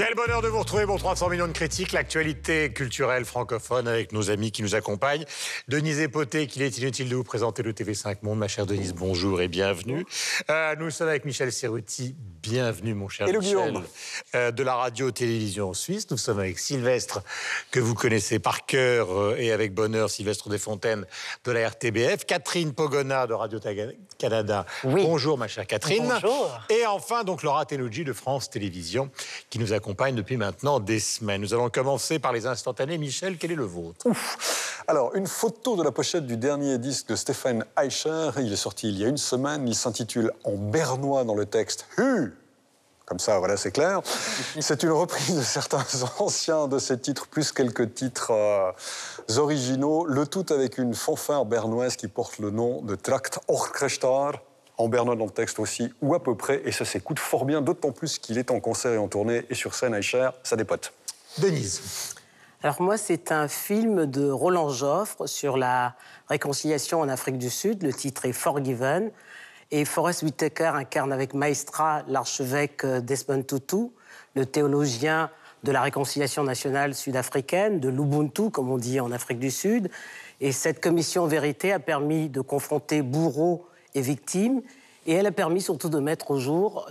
Quel bonheur de vous retrouver pour 300 millions de critiques, l'actualité culturelle francophone avec nos amis qui nous accompagnent. Denise Epoté, qu'il est inutile de vous présenter le TV5 Monde. Ma chère Denise, bonjour et bienvenue. Nous sommes avec Michel Serruti. Bienvenue, mon cher Michel, de la radio-télévision suisse. Nous sommes avec Sylvestre, que vous connaissez par cœur et avec bonheur, Sylvestre Desfontaines de la RTBF. Catherine Pogona de Radio-Canada. Oui. Bonjour, ma chère Catherine. Bonjour. Et enfin, donc, Laura Tenoudji de France Télévisions, qui nous accompagne depuis maintenant des semaines. Nous allons commencer par les instantanés. Michel, quel est le vôtre? Alors, une photo de la pochette du dernier disque de Stéphane Eicher. Il est sorti il y a une semaine. Il s'intitule en bernois dans le texte « Hu ». Comme ça, voilà, c'est clair. C'est une reprise de certains anciens de ces titres, plus quelques titres originaux. Le tout avec une fanfare bernoise qui porte le nom de Tracht Orchestar. En bernois dans le texte aussi, ou à peu près. Et ça s'écoute fort bien, d'autant plus qu'il est en concert et en tournée. Et sur scène, Eicher, ça dépote. Denise. Alors moi, c'est un film de Roland Joffre sur la réconciliation en Afrique du Sud. Le titre est Forgiven. Et Forest Whitaker incarne avec maestria l'archevêque Desmond Tutu, le théologien de la réconciliation nationale sud-africaine, de l'Ubuntu, comme on dit en Afrique du Sud. Et cette commission vérité a permis de confronter bourreaux et victimes, et elle a permis surtout de mettre à jour,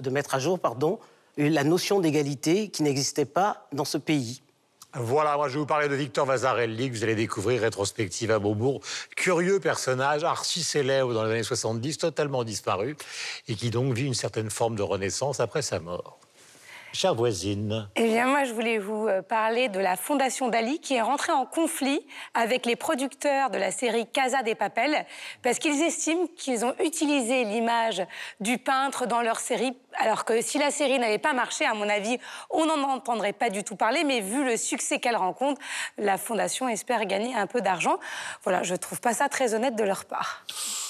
la notion d'égalité qui n'existait pas dans ce pays. Voilà, moi je vais vous parler de Victor Vasarely, que vous allez découvrir, rétrospective à Beaubourg. Curieux personnage, archi-célèbre dans les années 70, totalement disparu, et qui donc vit une certaine forme de renaissance après sa mort. Chère voisine. Eh bien, moi, je voulais vous parler de la Fondation Dali qui est rentrée en conflit avec les producteurs de la série Casa de Papel parce qu'ils estiment qu'ils ont utilisé l'image du peintre dans leur série, alors que si la série n'avait pas marché, à mon avis, on n'en entendrait pas du tout parler, mais vu le succès qu'elle rencontre, la Fondation espère gagner un peu d'argent. Voilà, je trouve pas ça très honnête de leur part.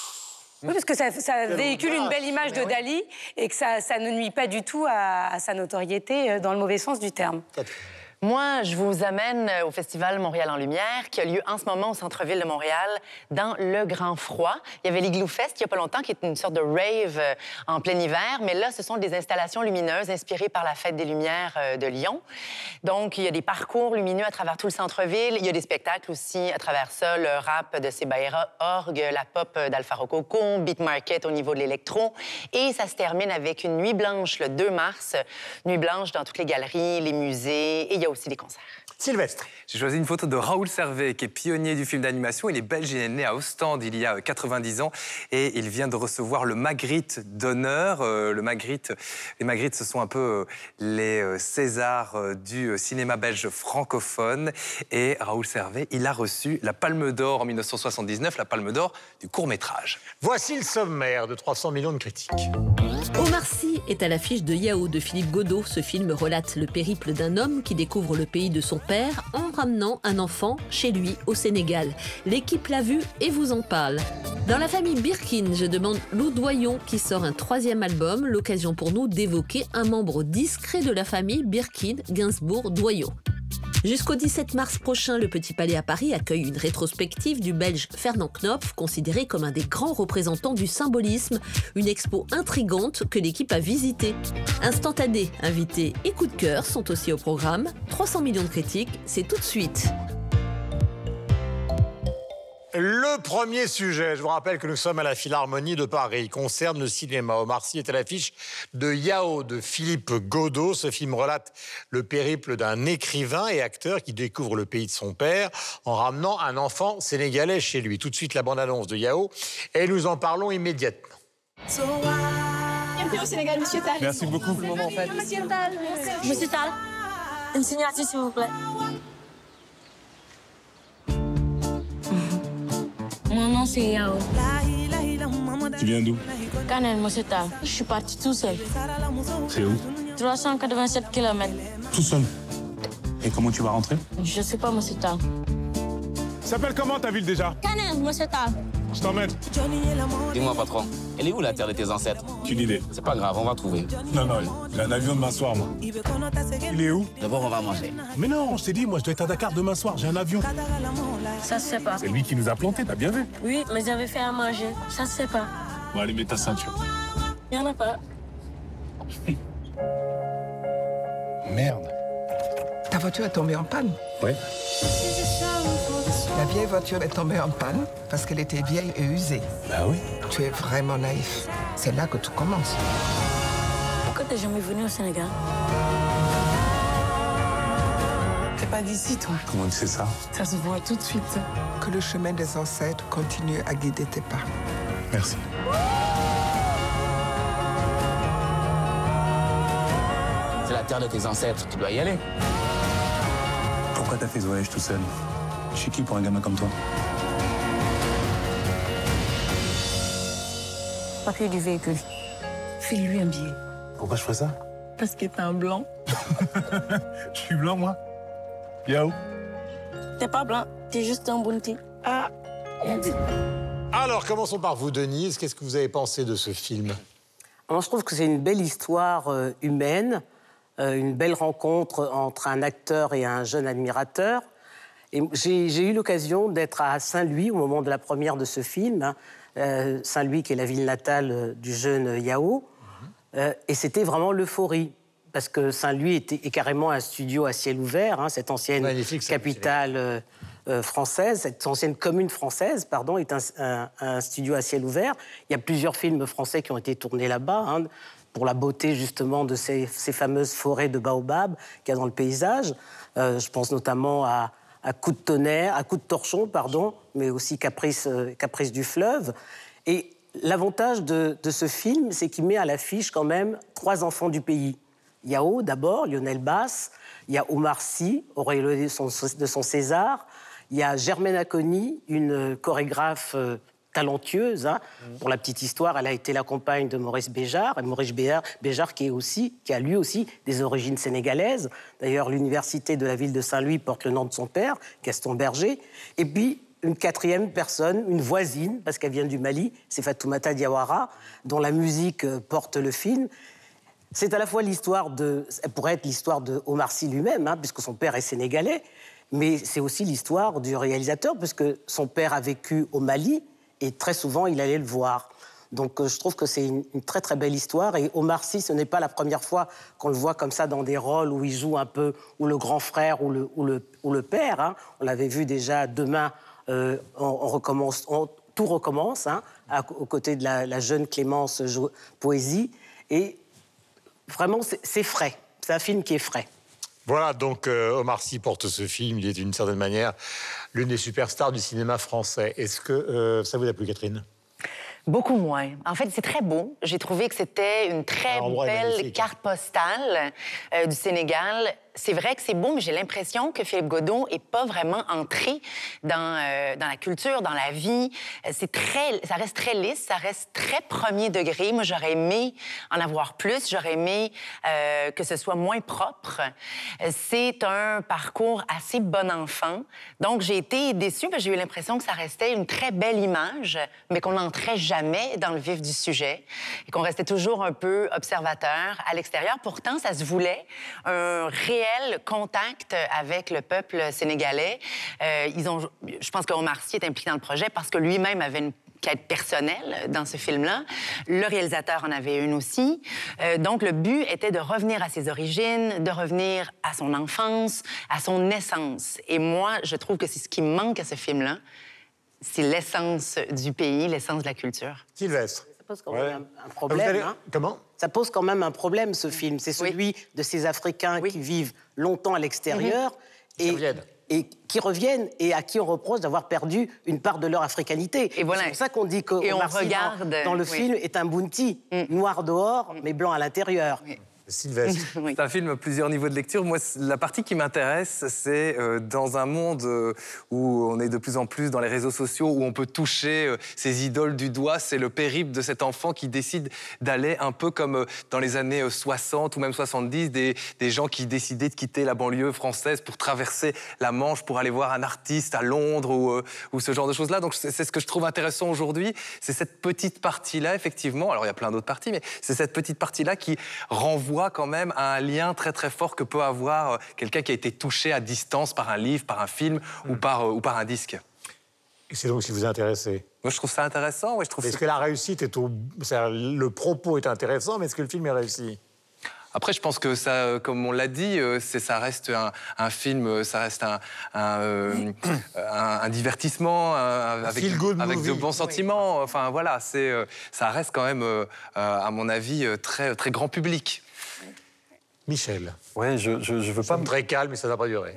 Oui, parce que ça véhicule une belle image de Dali et que ça ne nuit pas du tout à sa notoriété dans le mauvais sens du terme. Moi, je vous amène au Festival Montréal en Lumière, qui a lieu en ce moment au centre-ville de Montréal, dans le Grand Froid. Il y avait l'Igloo Fest, il n'y a pas longtemps, qui est une sorte de rave en plein hiver. Mais là, ce sont des installations lumineuses inspirées par la Fête des Lumières de Lyon. Donc, il y a des parcours lumineux à travers tout le centre-ville. Il y a des spectacles aussi à travers ça, le rap de Sebaera Org, la pop d'Alpha Rococo, Beat Market au niveau de l'électro. Et ça se termine avec une nuit blanche le 2 mars. Nuit blanche dans toutes les galeries, les musées, et il y a aussi des concerts. Sylvestre. J'ai choisi une photo de Raoul Servet, qui est pionnier du film d'animation. Il est belge, il est né à Ostende il y a 90 ans et il vient de recevoir le Magritte d'honneur. Les Magritte, ce sont un peu les Césars du cinéma belge francophone. Et Raoul Servet, il a reçu la Palme d'Or en 1979, la Palme d'Or du court-métrage. Voici le sommaire de 300 millions de critiques. Omar Sy est à l'affiche de Yao de Philippe Godot. Ce film relate le périple d'un homme qui découvre le pays de son père en ramenant un enfant chez lui au Sénégal. L'équipe l'a vu et vous en parle. Dans la famille Birkin, je demande Lou Doyon qui sort un 3e album, l'occasion pour nous d'évoquer un membre discret de la famille Birkin, Gainsbourg-Doyon. Jusqu'au 17 mars prochain, le Petit Palais à Paris accueille une rétrospective du Belge Fernand Knopf, considéré comme un des grands représentants du symbolisme, une expo intrigante que l'équipe a visitée. Instantané, invités et coup de cœur sont aussi au programme. 300 millions de critiques, c'est tout de suite. Le premier sujet, je vous rappelle que nous sommes à la Philharmonie de Paris, concerne le cinéma. Omar Sy est à l'affiche de Yao de Philippe Godot. Ce film relate le périple d'un écrivain et acteur qui découvre le pays de son père en ramenant un enfant sénégalais chez lui. Tout de suite, la bande-annonce de Yao et nous en parlons immédiatement. Bienvenue au Sénégal, Monsieur Tal. Merci beaucoup. Le moment, en fait. Monsieur Tal. Monsieur Tal, une signature, s'il vous plaît. Mon nom, c'est Yao. Tu viens d'où? Canel, Monsieur Tal. Je suis parti tout seul. C'est où? 387 km. Tout seul. Et comment tu vas rentrer? Je sais pas, Monsieur Tal. S'appelle comment ta ville déjà? Canel, Monsieur Tal. Je t'emmène. Dis-moi, patron, elle est où la terre de tes ancêtres? Aucune idée. C'est pas grave, on va trouver. Non, j'ai un avion demain soir, moi. Il est où? D'abord, on va manger. Mais non, je t'ai dit, moi, je dois être à Dakar demain soir, j'ai un avion. Ça se fait pas. C'est lui qui nous a plantés, t'as bien vu? Oui, mais j'avais fait à manger. Ça se fait pas. Bon, allez, mets ta ceinture. Il y en a pas. Merde. voiture est tombée en panne. Oui. La vieille voiture est tombée en panne parce qu'elle était vieille et usée. Bah oui. Tu es vraiment naïf. C'est là que tout commence. Pourquoi t'es jamais venu au Sénégal? T'es pas d'ici, toi. Comment tu sais ça? Ça se voit tout de suite. Que le chemin des ancêtres continue à guider tes pas. Merci. C'est la terre de tes ancêtres, tu dois y aller. Pourquoi t'as fait ce voyage tout seul? Je suis qui pour un gamin comme toi? Papier du véhicule. File-lui un billet. Pourquoi je ferais ça? Parce que t'es un blanc. Je suis blanc, moi. Yao. T'es pas blanc, t'es juste un bounty. Ah. Alors, commençons par vous, Denise. Qu'est-ce que vous avez pensé de ce film? Alors, je trouve que c'est une belle histoire humaine, une belle rencontre entre un acteur et un jeune admirateur. Et j'ai eu l'occasion d'être à Saint-Louis au moment de la première de ce film. Saint-Louis, qui est la ville natale du jeune Yao. Et c'était vraiment l'euphorie. Parce que Saint-Louis est carrément un studio à ciel ouvert, hein, cette ancienne capitale française, cette ancienne commune française, pardon, est un studio à ciel ouvert. Il y a plusieurs films français qui ont été tournés là-bas, hein, pour la beauté justement de ces fameuses forêts de baobab qu'il y a dans le paysage. Je pense notamment à Coup de tonnerre, à Coup de torchon, pardon, mais aussi Caprice du fleuve. Et l'avantage de ce film, c'est qu'il met à l'affiche quand même 3 enfants du pays. Yao, d'abord, Lionel Basse. Il y a Omar Sy, auréolé de son César. Il y a Germaine Acogny, une chorégraphe talentueuse. Hein. Pour la petite histoire, elle a été la compagne de Maurice Béjart. Et Maurice Béjart qui a lui aussi des origines sénégalaises. D'ailleurs, l'université de la ville de Saint-Louis porte le nom de son père, Gaston Berger. Et puis, une 4e personne, une voisine, parce qu'elle vient du Mali, c'est Fatoumata Diawara, dont la musique porte le film. C'est à la fois elle pourrait être l'histoire de Omar Sy lui-même, hein, puisque son père est sénégalais, mais c'est aussi l'histoire du réalisateur, puisque son père a vécu au Mali, et très souvent, il allait le voir. Donc, je trouve que c'est une très, très belle histoire. Et Omar Sy, ce n'est pas la première fois qu'on le voit comme ça dans des rôles où il joue un peu, ou le grand frère, ou le père. Hein. On l'avait vu déjà Demain, tout recommence, hein, aux côtés de la jeune Clémence Poésie. Et vraiment, c'est frais. C'est un film qui est frais. Voilà, donc Omar Sy porte ce film. Il est d'une certaine manière l'une des superstars du cinéma français. Est-ce que ça vous a plu, Catherine? Beaucoup moins. En fait, c'est très beau. J'ai trouvé que c'était une très belle carte postale du Sénégal. C'est vrai que c'est beau, mais j'ai l'impression que Philippe Godot n'est pas vraiment entré dans la culture, dans la vie. Ça reste très lisse, ça reste très premier degré. Moi, j'aurais aimé en avoir plus. J'aurais aimé que ce soit moins propre. C'est un parcours assez bon enfant. Donc, j'ai été déçue parce que j'ai eu l'impression que ça restait une très belle image, mais qu'on n'entrait jamais dans le vif du sujet et qu'on restait toujours un peu observateur à l'extérieur. Pourtant, ça se voulait un réel contact avec le peuple sénégalais. Je pense qu'Omar Sy est impliqué dans le projet parce que lui-même avait une quête personnelle dans ce film-là. Le réalisateur en avait une aussi. Donc, le but était de revenir à ses origines, de revenir à son enfance, à son essence. Et moi, je trouve que c'est ce qui manque à ce film-là. C'est l'essence du pays, l'essence de la culture. Sylvestre. Ça pose quand même un problème. Hein. Comment? Ça pose quand même un problème, ce film. C'est celui de ces Africains qui vivent longtemps à l'extérieur et qui reviennent et à qui on reproche d'avoir perdu une part de leur africanité. Et voilà. C'est pour ça qu'on dit qu'Omar Sy, dans le film, est un bounty, noir dehors, mais blanc à l'intérieur. Sylvestre. C'est un film à plusieurs niveaux de lecture. Moi, la partie qui m'intéresse, c'est dans un monde où on est de plus en plus dans les réseaux sociaux, où on peut toucher ses idoles du doigt. C'est le périple de cet enfant qui décide d'aller un peu comme dans les années 60 ou même 70, des gens qui décidaient de quitter la banlieue française pour traverser la Manche, pour aller voir un artiste à Londres ou ce genre de choses-là. Donc, c'est ce que je trouve intéressant aujourd'hui. C'est cette petite partie-là, effectivement. Alors, il y a plein d'autres parties, mais c'est cette petite partie-là qui renvoie quand même à un lien très très fort que peut avoir quelqu'un qui a été touché à distance par un livre, par un film ou par un disque. Et c'est donc ce qui vous a intéressé? Moi, je trouve ça intéressant. Ouais, est-ce que la réussite le propos est intéressant, mais est-ce que le film est réussi? Après, je pense que ça, comme on l'a dit, ça reste un film, ça reste un divertissement avec de bons sentiments. Oui. Enfin, voilà, ça reste quand même, à mon avis, très, très grand public. Michel. Ouais, je veux pas. Très calme, mais ça n'a pas duré.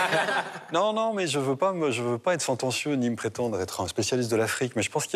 Non, mais je veux pas être sentencieux ni me prétendre être un spécialiste de l'Afrique. Mais je pense qu'il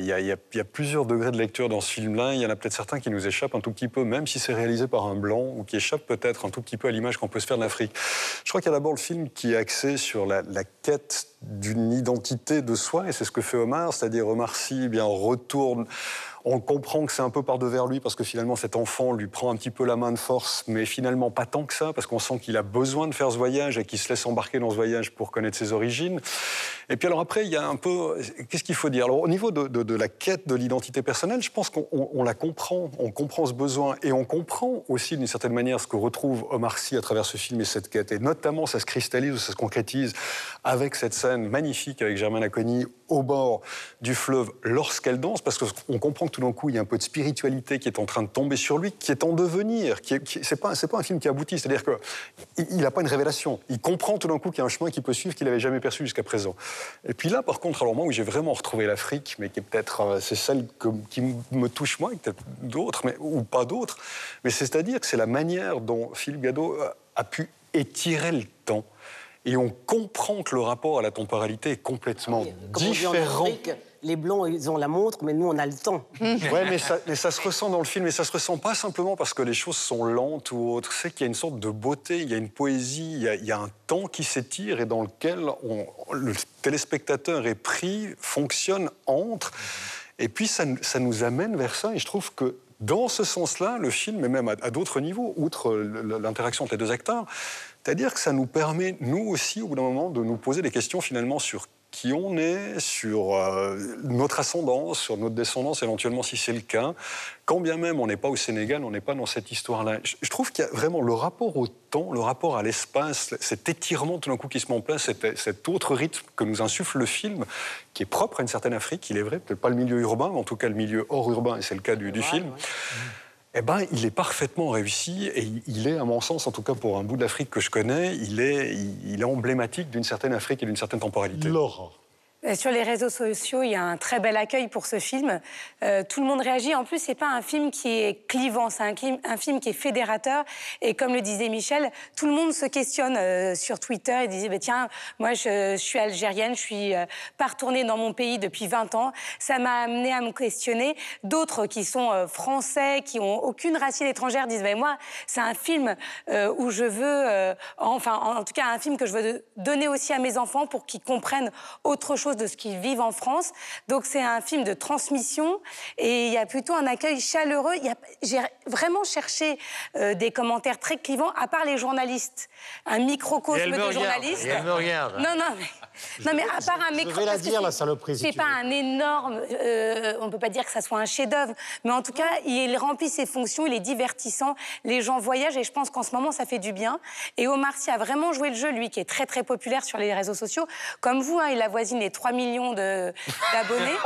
y a plusieurs degrés de lecture dans ce film-là. Il y en a peut-être certains qui nous échappent un tout petit peu, même si c'est réalisé par un blanc, ou qui échappent peut-être un tout petit peu à l'image qu'on peut se faire de l'Afrique. Je crois qu'il y a d'abord le film qui est axé sur la quête d'une identité de soi, et c'est ce que fait Omar, c'est-à-dire Omar Sy, retourne. On comprend que c'est un peu par-devers lui, parce que finalement, cet enfant lui prend un petit peu la main de force, mais finalement pas tant que ça, parce qu'on sent qu'il a besoin de faire ce voyage et qu'il se laisse embarquer dans ce voyage pour connaître ses origines. Et puis alors après, il y a un peu... Qu'est-ce qu'il faut dire? Alors, au niveau de la quête de l'identité personnelle, je pense qu'on la comprend. On comprend ce besoin, et on comprend aussi, d'une certaine manière, ce que retrouve Omar Sy à travers ce film et cette quête. Et notamment, ça se cristallise ou ça se concrétise avec cette scène magnifique avec Germaine Acogny au bord du fleuve lorsqu'elle danse, parce qu'on comprend que tout d'un coup, il y a un peu de spiritualité qui est en train de tomber sur lui, qui est en devenir. C'est pas un film qui aboutit, c'est-à-dire qu'il n'a pas une révélation. Il comprend tout d'un coup qu'il y a un chemin qu'il peut suivre qu'il n'avait jamais perçu jusqu'à présent. Et puis là, par contre, alors moi, où j'ai vraiment retrouvé l'Afrique, mais qui est peut-être, c'est celle qui me touche moi, et peut-être d'autres, ou pas d'autres, mais c'est-à-dire que c'est la manière dont Philippe Gadot a pu étirer le temps. Et on comprend que le rapport à la temporalité est complètement différent. Les Blancs, ils ont la montre, mais nous, on a le temps. Ouais, mais ça se ressent dans le film. Et ça se ressent pas simplement parce que les choses sont lentes ou autres. C'est qu'il y a une sorte de beauté, il y a une poésie, il y a un temps qui s'étire et dans lequel le téléspectateur est pris, fonctionne, entre. Et puis, ça nous amène vers ça. Et je trouve que dans ce sens-là, le film, et même à d'autres niveaux, outre l'interaction entre les deux acteurs, c'est-à-dire que ça nous permet, nous aussi, au bout d'un moment, de nous poser des questions finalement sur qui on est, sur notre ascendance, sur notre descendance, éventuellement si c'est le cas. Quand bien même on n'est pas au Sénégal, on n'est pas dans cette histoire-là. Je trouve qu'il y a vraiment le rapport au temps, le rapport à l'espace, cet étirement tout d'un coup qui se met en place, cet autre rythme que nous insuffle le film, qui est propre à une certaine Afrique, il est vrai, peut-être pas le milieu urbain, mais en tout cas le milieu hors urbain, et c'est le cas du film. Ouais. Eh ben, il est parfaitement réussi et il est, à mon sens, en tout cas pour un bout de l'Afrique que je connais, il est emblématique d'une certaine Afrique et d'une certaine temporalité. Laura. Sur les réseaux sociaux, il y a un très bel accueil pour ce film. Tout le monde réagit. En plus, c'est pas un film qui est clivant, c'est un film qui est fédérateur. Et comme le disait Michel, tout le monde se questionne sur Twitter et disait bah, tiens, moi je suis algérienne, je suis pas retournée dans mon pays depuis 20 ans. Ça m'a amené à me questionner. D'autres qui sont français, qui ont aucune racine étrangère, disent bah, moi, c'est un film où je veux, en tout cas un film que je veux donner aussi à mes enfants pour qu'ils comprennent autre chose de ce qu'ils vivent en France. Donc c'est un film de transmission et il y a plutôt un accueil chaleureux. J'ai vraiment cherché des commentaires très clivants, à part les journalislistes. Un microcosme de journalistes. Elle me regarde. Non, mais à part un microcosme... Je vais la dire, la saloperie, si c'est pas un énorme... on ne peut pas dire que ça soit un chef-d'œuvre, mais en tout cas, il remplit ses fonctions, il est divertissant, les gens voyagent et je pense qu'en ce moment, ça fait du bien. Et Omar Sy a vraiment joué le jeu, lui, qui est très, très populaire sur les réseaux sociaux. Comme vous, il avoisine les 3 millions d'abonnés.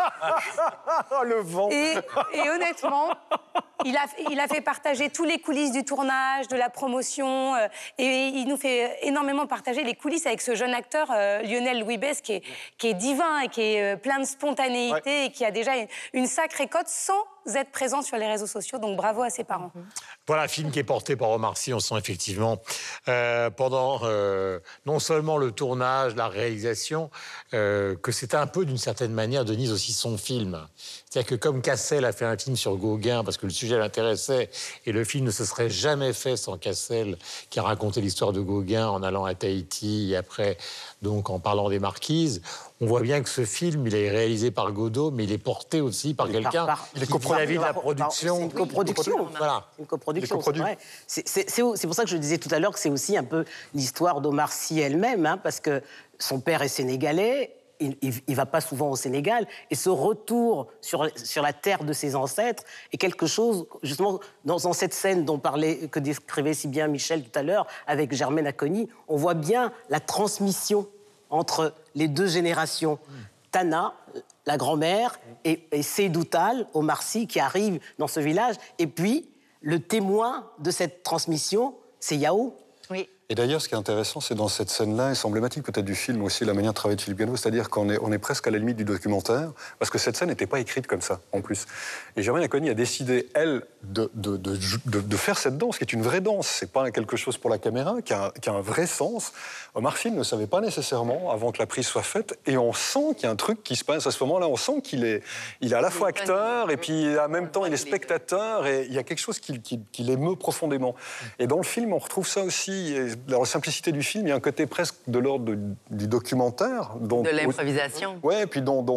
Le vent. Et honnêtement, il a fait partager tous les coulisses du tournage, de la promotion, et il nous fait énormément partager les coulisses avec ce jeune acteur, Lionel Louis Besse, qui est divin et qui est plein de spontanéité et qui a déjà une sacrée cote sans être présent sur les réseaux sociaux. Donc bravo à ses parents. Voilà un film qui est porté par Omar Sy. On sent effectivement pendant non seulement le tournage, la réalisation, que c'était un peu d'une certaine manière, Denise, aussi son film. C'est-à-dire que comme Cassel a fait un film sur Gauguin parce que le sujet l'intéressait et le film ne se serait jamais fait sans Cassel qui a raconté l'histoire de Gauguin en allant à Tahiti et après donc en parlant des Marquises, on voit bien que ce film, il est réalisé par Godot, mais il est porté aussi par quelqu'un qui prend la vie de la production. C'est une coproduction. Voilà. Une coproduction, c'est vrai. C'est pour ça que je disais tout à l'heure que c'est aussi un peu l'histoire d'Omar Sy elle-même, hein, parce que son père est sénégalais, il va pas souvent au Sénégal, et ce retour sur la terre de ses ancêtres est quelque chose, justement, dans cette scène que décrivait si bien Michel tout à l'heure, avec Germaine Acogny, on voit bien la transmission entre les deux générations. Tana, la grand-mère, et Seydou Tall, Omar Sy, qui arrive dans ce village, et puis le témoin de cette transmission, c'est Yao. Oui. Et d'ailleurs, ce qui est intéressant, c'est dans cette scène-là, et c'est emblématique peut-être du film aussi, la manière de travailler de Philippe Gadot, c'est-à-dire qu'on est presque à la limite du documentaire, parce que cette scène n'était pas écrite comme ça, en plus. Et Germaine Acogny a décidé, elle, de faire cette danse, qui est une vraie danse. C'est pas quelque chose pour la caméra, qui a un vrai sens. Omar Sy ne le savait pas nécessairement avant que la prise soit faite, et on sent qu'il y a un truc qui se passe à ce moment-là. On sent qu'il est à la fois acteur, et puis en même temps, il est spectateur, et il y a quelque chose qui l'émeut profondément. Et dans le film, on retrouve ça aussi. Dans la simplicité du film, il y a un côté presque de l'ordre du documentaire. De l'improvisation. Oui, et puis dont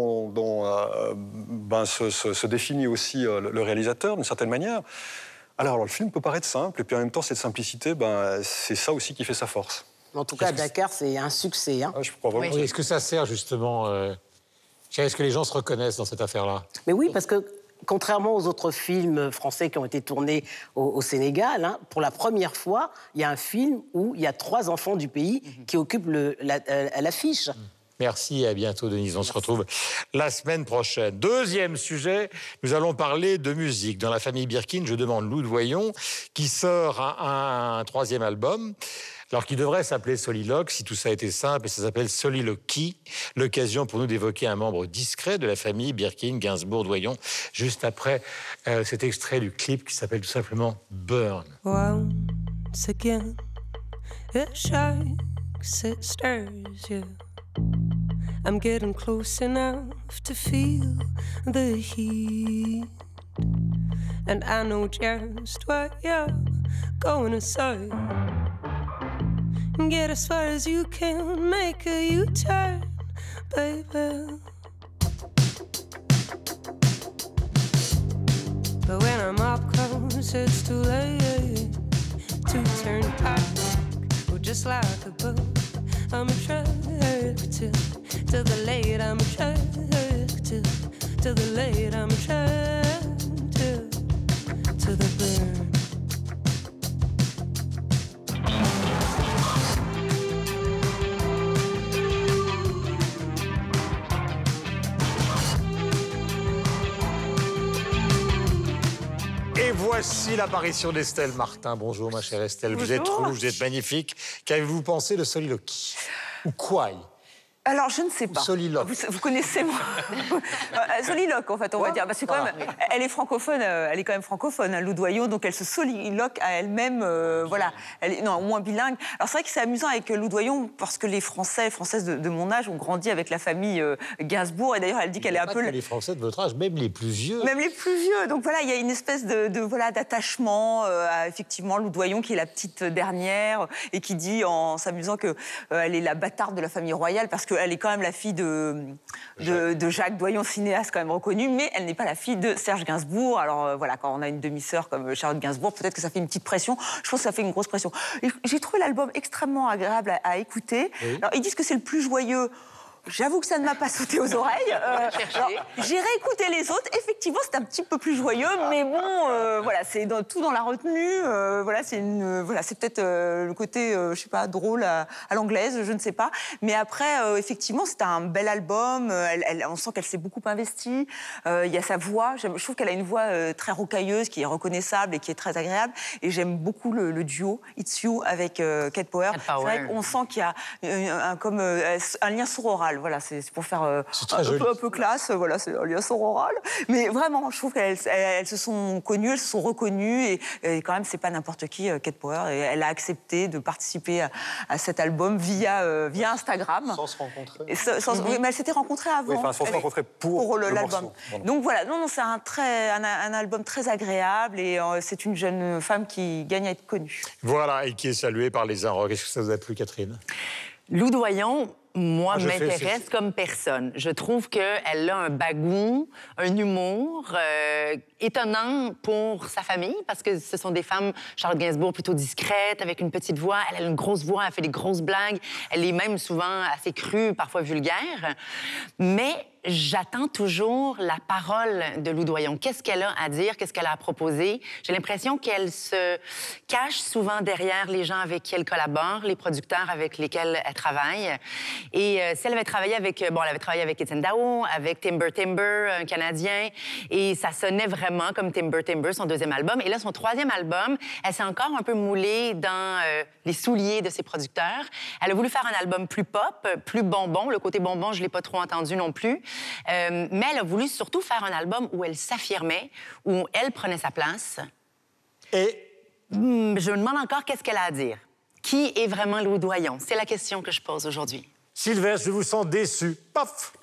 se définit aussi le réalisateur, d'une certaine manière. Alors, le film peut paraître simple, et puis en même temps, cette simplicité, c'est ça aussi qui fait sa force. En tout cas, Dakar, c'est un succès. Hein. Je crois vraiment. Oui, est-ce que ça sert justement est-ce que les gens se reconnaissent dans cette affaire-là? Mais oui, parce que contrairement aux autres films français qui ont été tournés au Sénégal, hein, pour la première fois, il y a un film où il y a 3 enfants du pays qui occupent l'affiche. Merci et à bientôt, Denise. On se retrouve la semaine prochaine. Deuxième sujet, nous allons parler de musique. Dans la famille Birkin, je demande Lou Doyon, qui sort un 3e album, alors qui devrait s'appeler Soliloque, si tout ça était simple, et ça s'appelle Soliloquy. L'occasion pour nous d'évoquer un membre discret de la famille Birkin, Gainsbourg-Doyon, juste après cet extrait du clip qui s'appelle tout simplement Burn. Once again, it shakes, it stirs you. I'm getting close enough to feel the heat, and I know just what you're going to say. Get as far as you can, make a U-turn, baby. But when I'm up close, it's too late to turn back. Oh, just like a boat, I'm attracted to the late. I'm attracted to the late. I'm attracted to the burn. Et voici l'apparition d'Estelle Martin. Bonjour, ma chère Estelle. Bonjour. Vous êtes rouge, vous êtes magnifique. Qu'avez-vous pensé de Soliloquy? Ou quoi? Alors, je ne sais pas. Soliloque. Vous connaissez moi Soliloque, en fait, on va dire. Parce que quand même, elle est francophone, elle est quand même francophone, hein, Lou Doyon, donc elle se soliloque à elle-même, voilà. Elle est, non, au moins bilingue. Alors, c'est vrai que c'est amusant avec Lou Doyon, parce que les Français et Françaises de mon âge ont grandi avec la famille Gainsbourg, et d'ailleurs, elle dit qu'elle est un peu... Les Français de votre âge, même les plus vieux. Même les plus vieux. Donc voilà, il y a une espèce voilà, d'attachement à, effectivement, Lou Doyon, qui est la petite dernière, et qui dit, en s'amusant, qu'elle est la bâtarde de la famille royale, parce qu'elle est quand même la fille de Jacques Doyon, cinéaste quand même reconnu, mais elle n'est pas la fille de Serge Gainsbourg. Alors voilà, quand on a une demi-sœur comme Charlotte Gainsbourg, peut-être que ça fait une petite pression. Je pense que ça fait une grosse pression. J'ai trouvé l'album extrêmement agréable à écouter. Oui. Alors, ils disent que c'est le plus joyeux. J'avoue que ça ne m'a pas sauté aux oreilles. J'ai réécouté les autres. Effectivement, c'est un petit peu plus joyeux, mais bon, voilà, c'est tout dans la retenue. Voilà, c'est peut-être le côté, je sais pas, drôle à l'anglaise, je ne sais pas. Mais après, effectivement, c'est un bel album. On sent qu'elle s'est beaucoup investie. Il y a sa voix. Je trouve qu'elle a une voix très rocailleuse, qui est reconnaissable et qui est très agréable. Et j'aime beaucoup le duo It's You avec Cat Power. C'est vrai qu'on sent qu'il y a un lien sororal. Voilà, c'est pour faire un peu classe, voilà, c'est un lien sororal. Mais vraiment, je trouve qu'elles se sont connues, elles se sont reconnues, et quand même, c'est pas n'importe qui, Cat Power, et elle a accepté de participer à cet album via Instagram. Sans se rencontrer. Oui, mais elle s'était rencontrée avant. Oui, enfin, sans se rencontrer pour l'album. Donc voilà, non, c'est un album très agréable, et c'est une jeune femme qui gagne à être connue. Voilà, et qui est saluée par les Inrocks. Est-ce que ça vous a plu, Catherine? Lou Doyon, moi, m'intéresse comme personne. Je trouve qu'elle a un bagou, un humour étonnant pour sa famille, parce que ce sont des femmes, Charlotte Gainsbourg, plutôt discrètes, avec une petite voix. Elle a une grosse voix, elle fait des grosses blagues. Elle est même souvent assez crue, parfois vulgaire. Mais j'attends toujours la parole de Lou Doyon. Qu'est-ce qu'elle a à dire? Qu'est-ce qu'elle a à proposer? J'ai l'impression qu'elle se cache souvent derrière les gens avec qui elle collabore, les producteurs avec lesquels elle travaille. Et si elle avait travaillé avec... Bon, elle avait travaillé avec Étienne Daho, avec Timber Timber, un Canadien, et ça sonnait vraiment comme Timber Timber, son deuxième album. Et là, son troisième album, elle s'est encore un peu moulée dans les souliers de ses producteurs. Elle a voulu faire un album plus pop, plus bonbon. Le côté bonbon, je ne l'ai pas trop entendu non plus. Mais elle a voulu surtout faire un album où elle s'affirmait, où elle prenait sa place. Et je me demande encore qu'est-ce qu'elle a à dire. Qui est vraiment Lou Doyon? C'est la question que je pose aujourd'hui. Sylvestre, je vous sens déçu. Paf!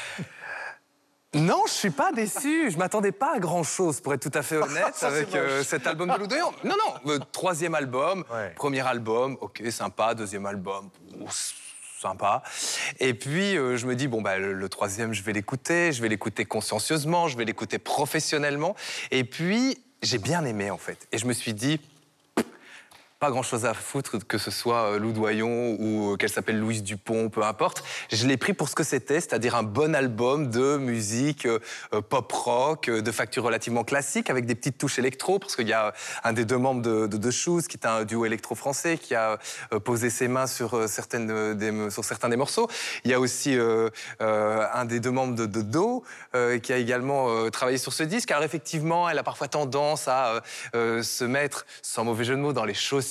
Non, je suis pas déçu. Je m'attendais pas à grand-chose, pour être tout à fait honnête, avec cet album de Lou Doyon. Non, troisième album, premier album, ok, sympa, deuxième album, sympa. Et puis, je me dis, bon, bah, le troisième, je vais l'écouter consciencieusement, je vais l'écouter professionnellement. Et puis, j'ai bien aimé, en fait. Et je me suis dit... Pas grand-chose à foutre que ce soit Lou Doyon ou qu'elle s'appelle Louise Dupont, peu importe. Je l'ai pris pour ce que c'était, c'est-à-dire un bon album de musique pop-rock, de facture relativement classique, avec des petites touches électro, parce qu'il y a un des deux membres de The Shoes, qui est un duo électro-français, qui a posé ses mains sur certains des morceaux. Il y a aussi un des deux membres de Do, qui a également travaillé sur ce disque. Alors effectivement, elle a parfois tendance à se mettre, sans mauvais jeu de mots, dans les chaussures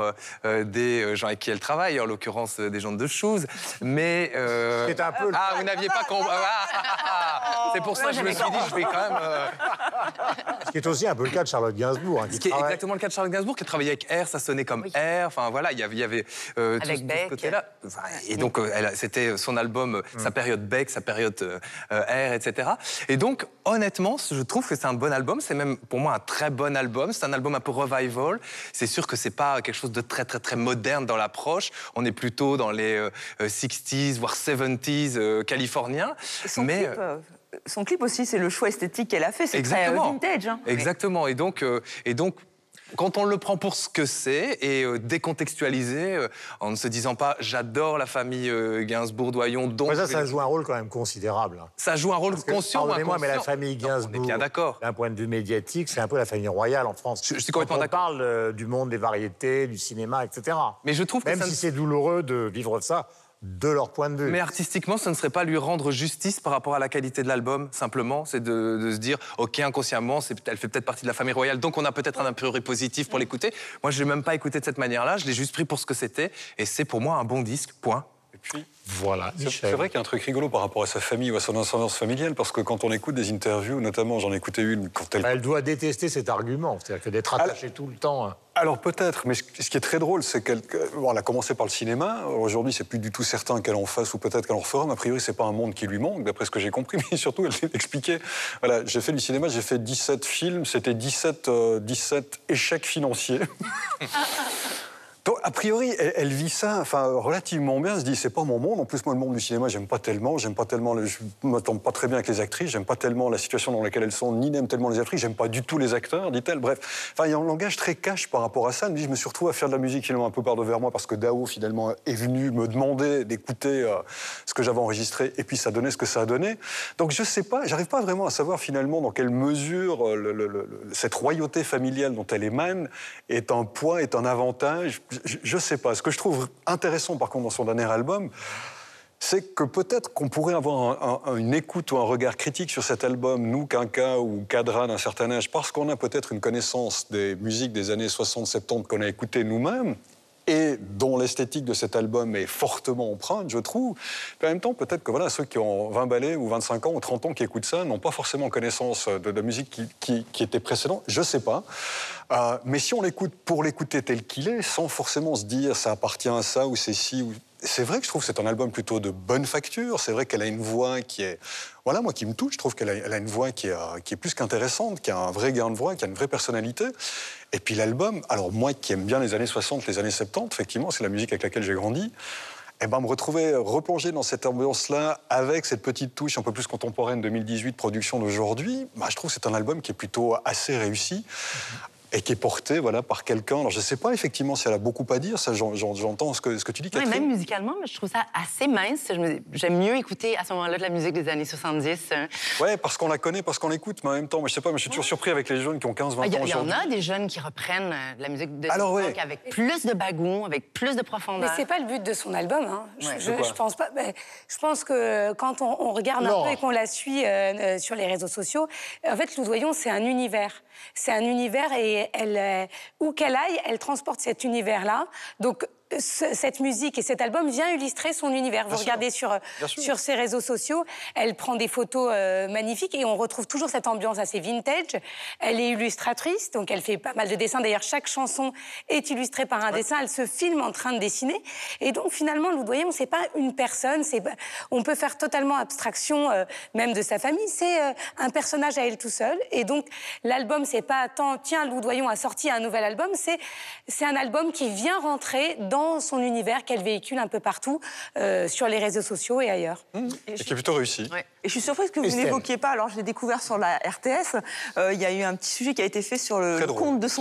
des gens avec qui elle travaille, en l'occurrence des gens de The Shoes, mais... C'est un peu... Ah, vous n'aviez pas compris... C'est pour ça que je me suis dit, je vais quand même... Ce qui est aussi un peu le cas de Charlotte Gainsbourg. Ce qui est exactement le cas de Charlotte Gainsbourg, qui a travaillé avec Air, ça sonnait comme Air, enfin voilà, il y avait avec tout Beck. ce côté-là. Et donc, c'était son album, sa période Beck, sa période Air, etc. Et donc, honnêtement, je trouve que c'est un bon album, c'est même pour moi un très bon album, c'est un album un peu revival. C'est sûr que c'est pas quelque chose de très, très, très moderne dans l'approche. On est plutôt dans les 60s, voire 70s californiens. Son clip aussi, c'est le choix esthétique qu'elle a fait. C'est très vintage. Hein. Exactement. Et donc, quand on le prend pour ce que c'est et décontextualisé, en ne se disant pas « j'adore la famille Gainsbourg-Doyon », donc... Mais ça joue un rôle quand même considérable. Ça joue un rôle conscient ou inconscient. Mais la famille Gainsbourg, bien d'accord. d'un point de vue médiatique, c'est un peu la famille royale en France. Je suis complètement d'accord. On parle du monde des variétés, du cinéma, etc. Mais je trouve que même si c'est douloureux de vivre ça, de leur point de vue. Mais artistiquement, ce ne serait pas lui rendre justice par rapport à la qualité de l'album, simplement. C'est de se dire, OK, inconsciemment, elle fait peut-être partie de la famille royale, donc on a peut-être un a priori positif pour l'écouter. Moi, je ne l'ai même pas écouté de cette manière-là, je l'ai juste pris pour ce que c'était, et c'est pour moi un bon disque, point. Et puis, voilà. C'est vrai qu'il y a un truc rigolo par rapport à sa famille ou à son ascendance familiale, parce que quand on écoute des interviews, notamment j'en ai écouté une quand elle doit détester cet argument, c'est-à-dire que d'être attachée tout le temps... Alors peut-être, mais ce qui est très drôle, c'est qu'elle a commencé par le cinéma. Aujourd'hui, c'est plus du tout certain qu'elle en fasse ou peut-être qu'elle en refera. Mais a priori, c'est pas un monde qui lui manque, d'après ce que j'ai compris. Mais surtout, elle expliquait. Voilà, j'ai fait du cinéma, j'ai fait 17 films. C'était 17 échecs financiers. Donc, a priori, elle vit ça relativement bien. Elle se dit, c'est pas mon monde. En plus, moi, le monde du cinéma, j'aime pas tellement. Je m'entends pas très bien avec les actrices. J'aime pas tellement la situation dans laquelle elles sont, ni n'aime tellement les actrices. J'aime pas du tout les acteurs, dit-elle. Bref, il y a un langage très cash par rapport à ça. Elle me dit, je me suis retrouvé à faire de la musique finalement un peu par devers moi parce que Daho, finalement, est venu me demander d'écouter ce que j'avais enregistré et puis ça donnait ce que ça a donné. Donc, je sais pas, j'arrive pas vraiment à savoir finalement dans quelle mesure cette royauté familiale dont elle émane est un poids, est un avantage. Je sais pas. Ce que je trouve intéressant, par contre, dans son dernier album, c'est que peut-être qu'on pourrait avoir une écoute ou un regard critique sur cet album, nous, Quinca ou Cadra d'un certain âge, parce qu'on a peut-être une connaissance des musiques des années 60-70 qu'on a écoutées nous-mêmes, et dont l'esthétique de cet album est fortement empreinte, je trouve. Mais en même temps, peut-être que ceux qui ont 20 balais ou 25 ans ou 30 ans qui écoutent ça n'ont pas forcément connaissance de la musique qui était précédente. Je sais pas. Mais si on l'écoute pour l'écouter tel qu'il est, sans forcément se dire ça appartient à ça ou c'est ci ou... C'est vrai que je trouve que c'est un album plutôt de bonne facture. C'est vrai qu'elle a une voix qui est... Voilà, moi qui me touche, je trouve qu'elle a une voix qui est plus qu'intéressante, qui a un vrai gain de voix, qui a une vraie personnalité. Et puis l'album, alors moi qui aime bien les années 60, les années 70, effectivement, c'est la musique avec laquelle j'ai grandi, me retrouver replongé dans cette ambiance-là, avec cette petite touche un peu plus contemporaine 2018, production d'aujourd'hui, je trouve que c'est un album qui est plutôt assez réussi. et qui est portée voilà, par quelqu'un. Alors je ne sais pas effectivement si elle a beaucoup à dire, ça j'entends ce que tu dis, Catherine. Oui, même musicalement, je trouve ça assez mince. J'aime mieux écouter à ce moment-là de la musique des années 70. Oui, parce qu'on la connaît, parce qu'on l'écoute, mais en même temps, moi, je sais pas, mais je suis toujours surpris avec les jeunes qui ont 15-20 ans aujourd'hui. Il y en a des jeunes qui reprennent de la musique de l'époque avec plus de bagou, avec plus de profondeur. Mais c'est pas le but de son album. Hein. Je pense pas. Je pense que quand on regarde un peu et qu'on la suit sur les réseaux sociaux, en fait, Loudoyon, c'est un univers. C'est un univers et elle, où qu'elle aille, elle transporte cet univers-là. Donc, cette musique et cet album vient illustrer son univers. Vous regardez sur ses réseaux sociaux, elle prend des photos magnifiques et on retrouve toujours cette ambiance assez vintage. Elle est illustratrice, donc elle fait pas mal de dessins. D'ailleurs, chaque chanson est illustrée par un dessin. Elle se filme en train de dessiner. Et donc, finalement, Loudoyon, c'est pas une personne. On peut faire totalement abstraction même de sa famille. C'est un personnage à elle tout seul. Et donc, l'album, c'est pas tant, tiens, Loudoyon a sorti un nouvel album. C'est un album qui vient rentrer dans son univers qu'elle véhicule un peu partout sur les réseaux sociaux et ailleurs. Et qui est plutôt réussi. Ouais. Et je suis surprise que vous n'évoquiez pas, alors je l'ai découvert sur la RTS, il y a eu un petit sujet qui a été fait sur le compte de son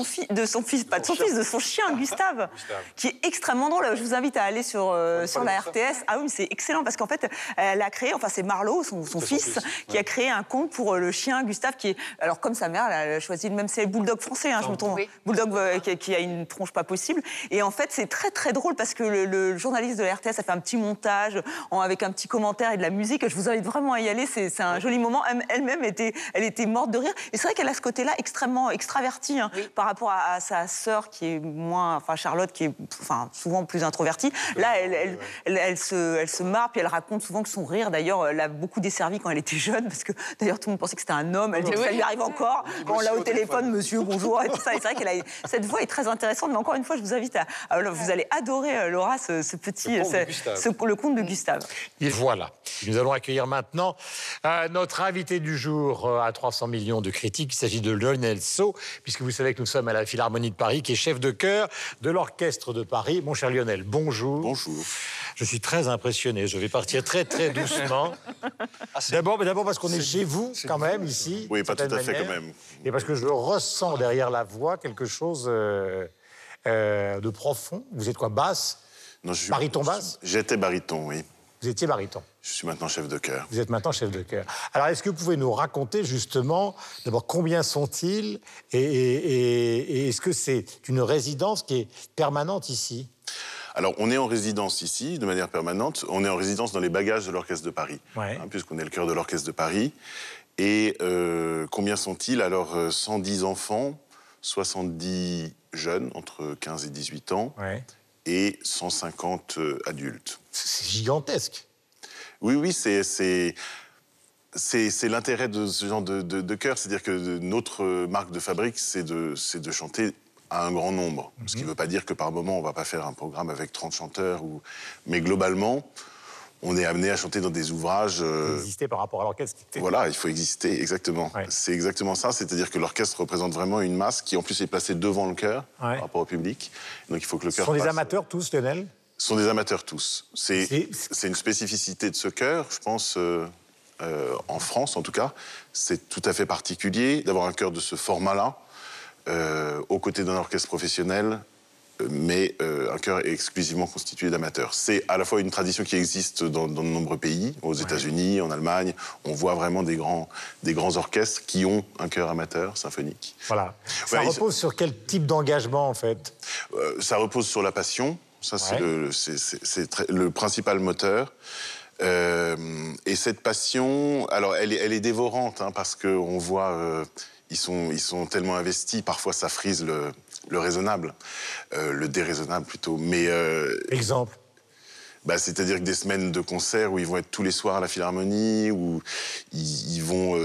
chien, Gustave, qui est extrêmement drôle. Je vous invite à aller sur la RTS. Ah oui, mais c'est excellent parce qu'en fait, elle a créé, enfin c'est Marlo, son fils, qui a créé un compte pour le chien Gustave, qui est, alors comme sa mère, elle a choisi le même, c'est le bulldog français, je me trompe, bulldog qui a une tronche pas possible. Et en fait, c'est très très drôle parce que le journaliste de la RTS a fait un petit montage avec un petit commentaire et de la musique. Je vous invite vraiment à y aller, c'est un joli moment. Elle-même elle était morte de rire. Et c'est vrai qu'elle a ce côté-là extrêmement extraverti par rapport à sa sœur qui est moins, enfin Charlotte qui est souvent plus introvertie. Là, elle se marre puis elle raconte souvent que son rire, d'ailleurs, l'a beaucoup desservi quand elle était jeune parce que d'ailleurs tout le monde pensait que c'était un homme. Elle dit que ça lui arrive encore quand on l'a au téléphone, monsieur, bonjour et tout ça. Et c'est vrai qu'elle a cette voix est très intéressante. Mais encore une fois, je vous invite vous allez adorer, Laura, le conte de Gustave. Et voilà. Nous allons accueillir maintenant notre invité du jour à 300 millions de critiques. Il s'agit de Lionel Sceaux, puisque vous savez que nous sommes à la Philharmonie de Paris, qui est chef de chœur de l'Orchestre de Paris. Mon cher Lionel, bonjour. Bonjour. Je suis très impressionné. Je vais partir très, très doucement. D'abord parce qu'on est chez vous, quand même, ici. Oui, pas tout à fait, quand même. Et parce que je ressens derrière la voix quelque chose de profond. Vous êtes quoi, basse? Non, baryton basse? J'étais baryton, oui. Vous étiez baryton? Je suis maintenant chef de chœur. Vous êtes maintenant chef de chœur. Alors, est-ce que vous pouvez nous raconter, justement, d'abord, combien sont-ils et est-ce que c'est une résidence qui est permanente ici? Alors, on est en résidence ici, de manière permanente. On est en résidence dans les bagages de l'Orchestre de Paris, puisqu'on est le chœur de l'Orchestre de Paris. Et combien sont-ils? Alors, 110 enfants, 70 jeunes, entre 15 et 18 ans, et 150 adultes. C'est gigantesque. Oui, c'est l'intérêt de ce genre de chœur. C'est-à-dire que notre marque de fabrique, c'est de chanter à un grand nombre. Ce qui ne veut pas dire que par moment, on ne va pas faire un programme avec 30 chanteurs. Mais globalement, on est amené à chanter dans des ouvrages... Il faut exister par rapport à l'orchestre. Voilà, il faut exister, exactement. Ouais. C'est exactement ça, c'est-à-dire que l'orchestre représente vraiment une masse qui, en plus, est placée devant le chœur par rapport au public. Donc il faut que le chœur passe. Ce sont des amateurs tous, Lionel? Ce sont des amateurs tous. C'est une spécificité de ce chœur, je pense, en France en tout cas. C'est tout à fait particulier d'avoir un chœur de ce format-là, aux côtés d'un orchestre professionnel, mais un chœur exclusivement constitué d'amateurs. C'est à la fois une tradition qui existe dans de nombreux pays, aux États-Unis, en Allemagne. On voit vraiment des grands orchestres qui ont un chœur amateur symphonique. Voilà. Ça repose sur quel type d'engagement, en fait? Ça repose sur la passion. Ça, c'est le principal moteur. Et cette passion, alors elle est dévorante, parce qu'on voit... Ils sont tellement investis, parfois ça frise le raisonnable, le déraisonnable plutôt. Mais exemple? C'est-à-dire que des semaines de concerts où ils vont être tous les soirs à la Philharmonie, où ils vont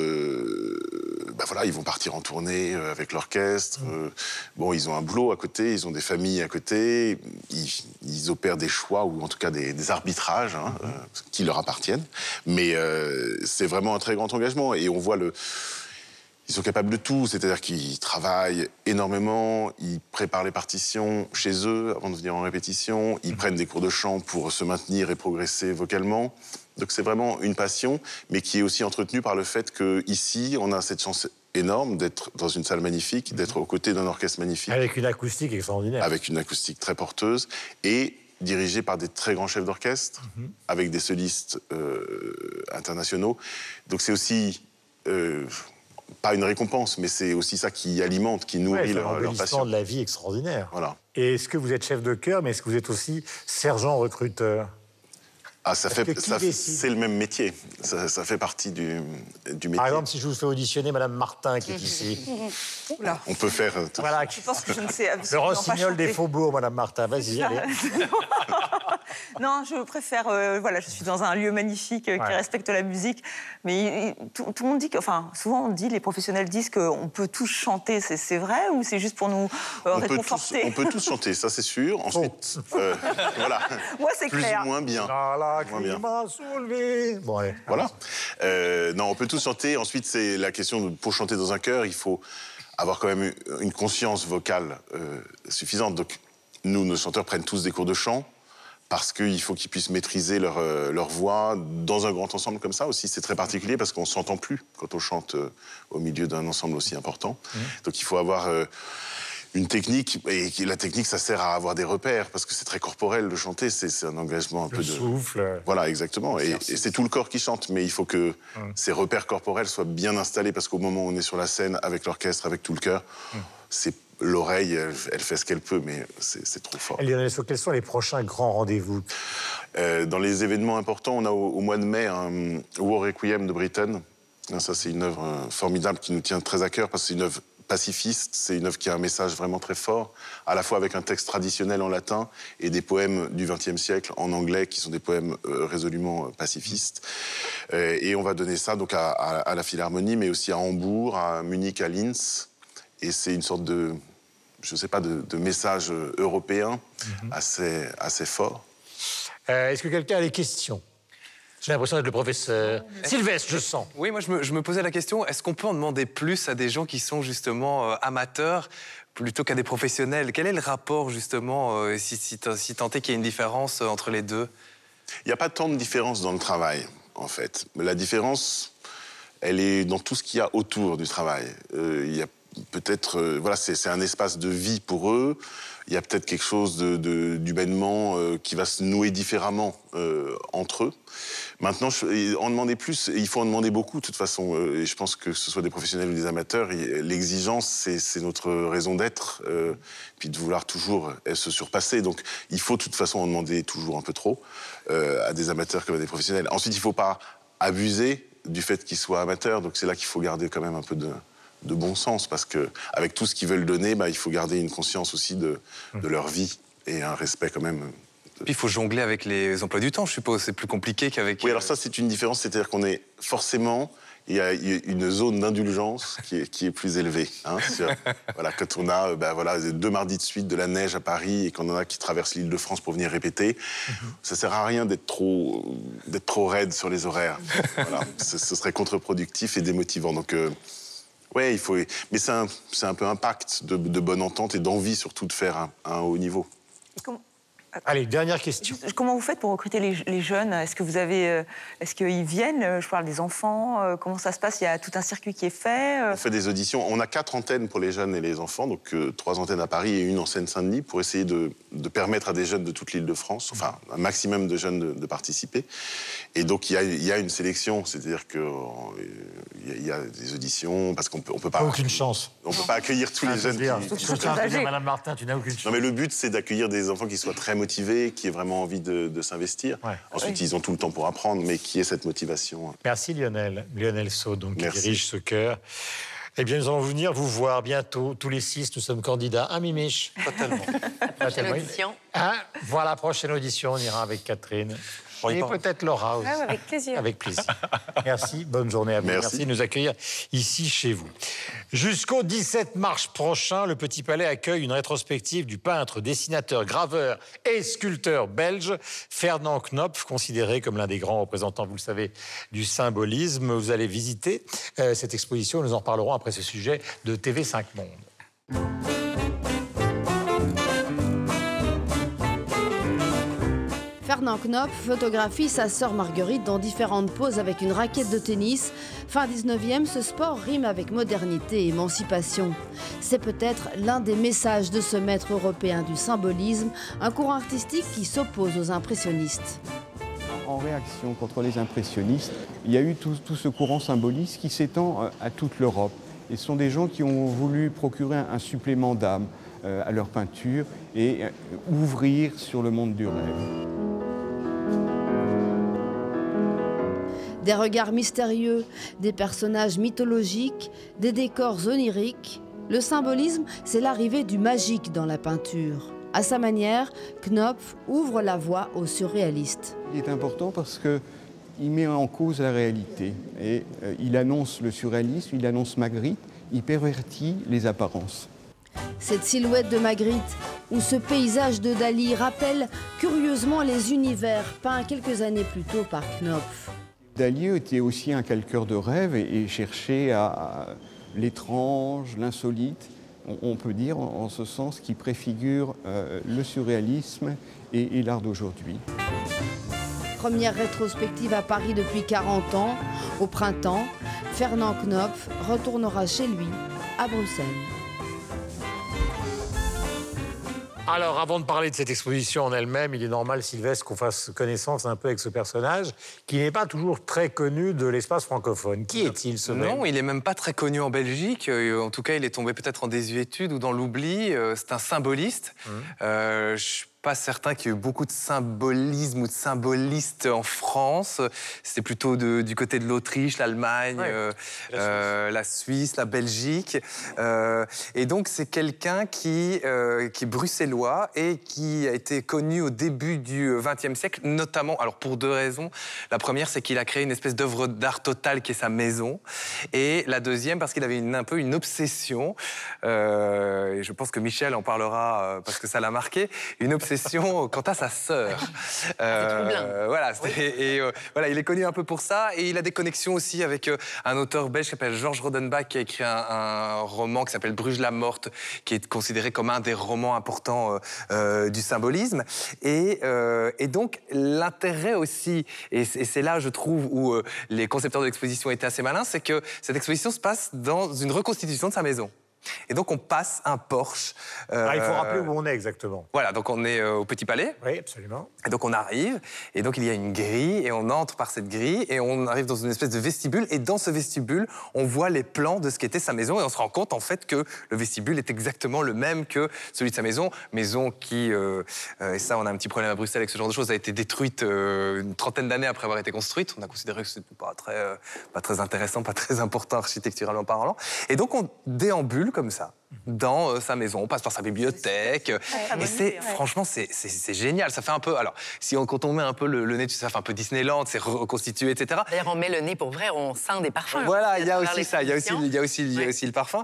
partir en tournée avec l'orchestre. Ils ont un boulot à côté, ils ont des familles à côté, ils opèrent des choix ou en tout cas des arbitrages qui leur appartiennent. Mais c'est vraiment un très grand engagement et on voit Ils sont capables de tout, c'est-à-dire qu'ils travaillent énormément, ils préparent les partitions chez eux avant de venir en répétition, ils prennent des cours de chant pour se maintenir et progresser vocalement. Donc c'est vraiment une passion, mais qui est aussi entretenue par le fait qu'ici, on a cette chance énorme, d'être dans une salle magnifique, d'être aux côtés d'un orchestre magnifique. Avec une acoustique extraordinaire. Avec une acoustique très porteuse et dirigé par des très grands chefs d'orchestre, avec des solistes internationaux. Donc c'est aussi, pas une récompense, mais c'est aussi ça qui alimente, qui nourrit leur passion. De la vie extraordinaire. Voilà. Et est-ce que vous êtes chef de chœur, mais est-ce que vous êtes aussi sergent recruteur? Ah, c'est le même métier. Ça fait partie du métier. Par exemple, si je vous fais auditionner Madame Martin, qui est ici. On peut faire... Voilà. Je pense que je ne sais Le absolument pas rossignol des chanter. faubourgs, Madame Martin. Vas-y, allez. Non, je préfère... voilà, je suis dans un lieu magnifique qui respecte la musique. Mais tout le monde dit que... Enfin, souvent, on dit, les professionnels disent qu'on peut tous chanter. C'est vrai ou c'est juste pour nous réconforter? On peut tous chanter, ça c'est sûr. Ensuite, voilà. Moi, c'est clair. Plus ou moins bien. M'a soulevé. Bon, allez. Voilà. Non, on peut tous chanter. Ensuite, c'est la question pour chanter dans un chœur, il faut avoir quand même une conscience vocale suffisante. Donc, nous, nos chanteurs prennent tous des cours de chant parce qu'il faut qu'ils puissent maîtriser leur voix dans un grand ensemble comme ça aussi. C'est très particulier parce qu'on ne s'entend plus quand on chante au milieu d'un ensemble aussi important. Donc, il faut avoir... une technique, et la technique, ça sert à avoir des repères, parce que c'est très corporel de chanter, c'est un engagement un peu de... souffle. Voilà, exactement, et c'est tout le corps qui chante, mais il faut que ces repères corporels soient bien installés, parce qu'au moment où on est sur la scène, avec l'orchestre, avec tout le cœur, c'est l'oreille, elle fait ce qu'elle peut, mais c'est trop fort. Lionel Sceaux, quels sont les prochains grands rendez-vous? Dans les événements importants, on a au mois de mai un War Requiem de Britten. Ça, c'est une œuvre formidable qui nous tient très à cœur, parce que c'est une œuvre pacifiste, c'est une œuvre qui a un message vraiment très fort, à la fois avec un texte traditionnel en latin et des poèmes du XXe siècle en anglais, qui sont des poèmes résolument pacifistes. Et on va donner ça donc à la Philharmonie, mais aussi à Hambourg, à Munich, à Linz. Et c'est une sorte de, je sais pas, de message européen assez fort. Est-ce que quelqu'un a des questions? J'ai l'impression d'être le professeur. Sylvestre, je sens. Oui, moi, je me posais la question, est-ce qu'on peut en demander plus à des gens qui sont justement amateurs plutôt qu'à des professionnels? Quel est le rapport, justement, si tant est qu'il y a une différence entre les deux? Il n'y a pas tant de différence dans le travail, en fait. La différence, elle est dans tout ce qu'il y a autour du travail. Il y a peut-être... voilà, c'est un espace de vie pour eux. Il y a peut-être quelque chose d'humainement qui va se nouer différemment entre eux. Maintenant, en demander plus, il faut en demander beaucoup, de toute façon. Et je pense que ce soit des professionnels ou des amateurs, l'exigence, c'est notre raison d'être, puis de vouloir toujours se surpasser. Donc, il faut de toute façon en demander toujours un peu trop à des amateurs comme à des professionnels. Ensuite, il ne faut pas abuser du fait qu'ils soient amateurs. Donc, c'est là qu'il faut garder quand même un peu de bon sens, parce qu'avec tout ce qu'ils veulent donner, il faut garder une conscience aussi de leur vie et un respect quand même. Puis il faut jongler avec les emplois du temps, je suppose. C'est plus compliqué qu'avec... Oui, alors ça, c'est une différence. C'est-à-dire qu'on est forcément... Il y a une zone d'indulgence qui est plus élevée. Hein, voilà, quand on a 2 mardis de suite de la neige à Paris et qu'on en a qui traversent l'île de France pour venir répéter, ça sert à rien d'être trop raide sur les horaires. Voilà, ce serait contre-productif et démotivant. Donc... oui, il faut... Mais c'est un peu un pacte de bonne entente et d'envie surtout de faire un haut niveau. Allez, dernière question. Comment vous faites pour recruter les jeunes? Est-ce que vous avez... Est-ce qu'ils viennent? Je parle des enfants. Comment ça se passe? Il y a tout un circuit qui est fait. On fait des auditions. On a 4 antennes pour les jeunes et les enfants, donc 3 antennes à Paris et 1 en Seine-Saint-Denis, pour essayer de permettre à des jeunes de toute l'île de France, enfin un maximum de jeunes de participer. Et donc il y a une sélection, c'est-à-dire qu'il y a des auditions, parce qu'on peut pas... Aucune chance. On peut pas accueillir tous les jeunes qui... Madame Martin, tu n'as aucune chance. Non, mais le but, c'est d'accueillir des enfants qui soient très motivés, qui aient vraiment envie de s'investir. Ouais. Ensuite, ils ont tout le temps pour apprendre, mais qui aient cette motivation. Merci Lionel Sceaux, donc, qui Merci. dirige ce chœur. Eh bien, nous allons venir vous voir bientôt, tous les 6, nous sommes candidats. Mimiche? Pas tellement. Prochaine audition. Voilà, prochaine audition, on ira avec Catherine. Et peut-être Laura aussi. Ah, avec plaisir. Avec plaisir. Merci, bonne journée à vous. Merci de nous accueillir ici chez vous. Jusqu'au 17 mars prochain, le Petit Palais accueille une rétrospective du peintre, dessinateur, graveur et sculpteur belge Fernand Knopf, considéré comme l'un des grands représentants, vous le savez, du symbolisme. Vous allez visiter cette exposition. Nous en reparlerons après ce sujet de TV5 Monde. Fernand Knopf photographie sa sœur Marguerite dans différentes poses avec une raquette de tennis. Fin 19e, ce sport rime avec modernité et émancipation. C'est peut-être l'un des messages de ce maître européen du symbolisme, un courant artistique qui s'oppose aux impressionnistes. En réaction contre les impressionnistes, il y a eu tout ce courant symboliste qui s'étend à toute l'Europe. Et ce sont des gens qui ont voulu procurer un supplément d'âme à leur peinture et ouvrir sur le monde du rêve. Des regards mystérieux, des personnages mythologiques, des décors oniriques. Le symbolisme, c'est l'arrivée du magique dans la peinture. À sa manière, Knopf ouvre la voie aux surréalistes. Il est important parce qu'il met en cause la réalité et il annonce le surréalisme, il annonce Magritte, il pervertit les apparences. Cette silhouette de Magritte ou ce paysage de Dali rappellent curieusement les univers peints quelques années plus tôt par Knopf. Dali était aussi un calqueur de rêves et cherchait à l'étrange, l'insolite, on peut dire en ce sens, qui préfigure le surréalisme et l'art d'aujourd'hui. Première rétrospective à Paris depuis 40 ans. Au printemps, Fernand Knopf retournera chez lui, à Bruxelles. Alors, avant de parler de cette exposition en elle-même, il est normal, Sylvestre, qu'on fasse connaissance un peu avec ce personnage qui n'est pas toujours très connu de l'espace francophone. Qui est-il, ce mec ? Non, il n'est même pas très connu en Belgique. En tout cas, il est tombé peut-être en désuétude ou dans l'oubli. C'est un symboliste. Je suis pas certain qu'il y ait eu beaucoup de symbolisme ou de symbolistes en France. C'était plutôt du côté de l'Autriche, l'Allemagne, la Suisse, la Belgique. Et donc, c'est quelqu'un qui est bruxellois et qui a été connu au début du XXe siècle, notamment, alors pour deux raisons. La première, c'est qu'il a créé une espèce d'œuvre d'art totale qui est sa maison. Et la deuxième, parce qu'il avait un peu une obsession, et je pense que Michel en parlera parce que ça l'a marqué, une obsession quant à sa sœur. Voilà, voilà, il est connu un peu pour ça et il a des connexions aussi avec un auteur belge qui s'appelle Georges Rodenbach qui a écrit un roman qui s'appelle Bruges la morte, qui est considéré comme un des romans importants du symbolisme. Et donc l'intérêt aussi, et c'est là je trouve où les concepteurs de l'exposition étaient assez malins, c'est que cette exposition se passe dans une reconstitution de sa maison. Et donc, on passe un Porsche. Il faut rappeler où on est exactement. Voilà, donc on est au Petit Palais. Oui, absolument. Et donc, on arrive, et donc il y a une grille, et on entre par cette grille, et on arrive dans une espèce de vestibule, et dans ce vestibule, on voit les plans de ce qu'était sa maison, et on se rend compte, en fait, que le vestibule est exactement le même que celui de sa maison. Maison qui, et ça, on a un petit problème à Bruxelles avec ce genre de choses, a été détruite une trentaine d'années après avoir été construite. On a considéré que c'était pas très intéressant, pas très important architecturalement parlant. Et donc, on déambule comme ça dans sa maison, on passe par sa bibliothèque et franchement c'est génial, ça fait un peu, alors quand on met un peu le nez, ça fait un peu Disneyland, c'est reconstitué, etc. D'ailleurs on met le nez pour vrai, on sent des parfums. Voilà, il y a aussi ça, il y a aussi le parfum.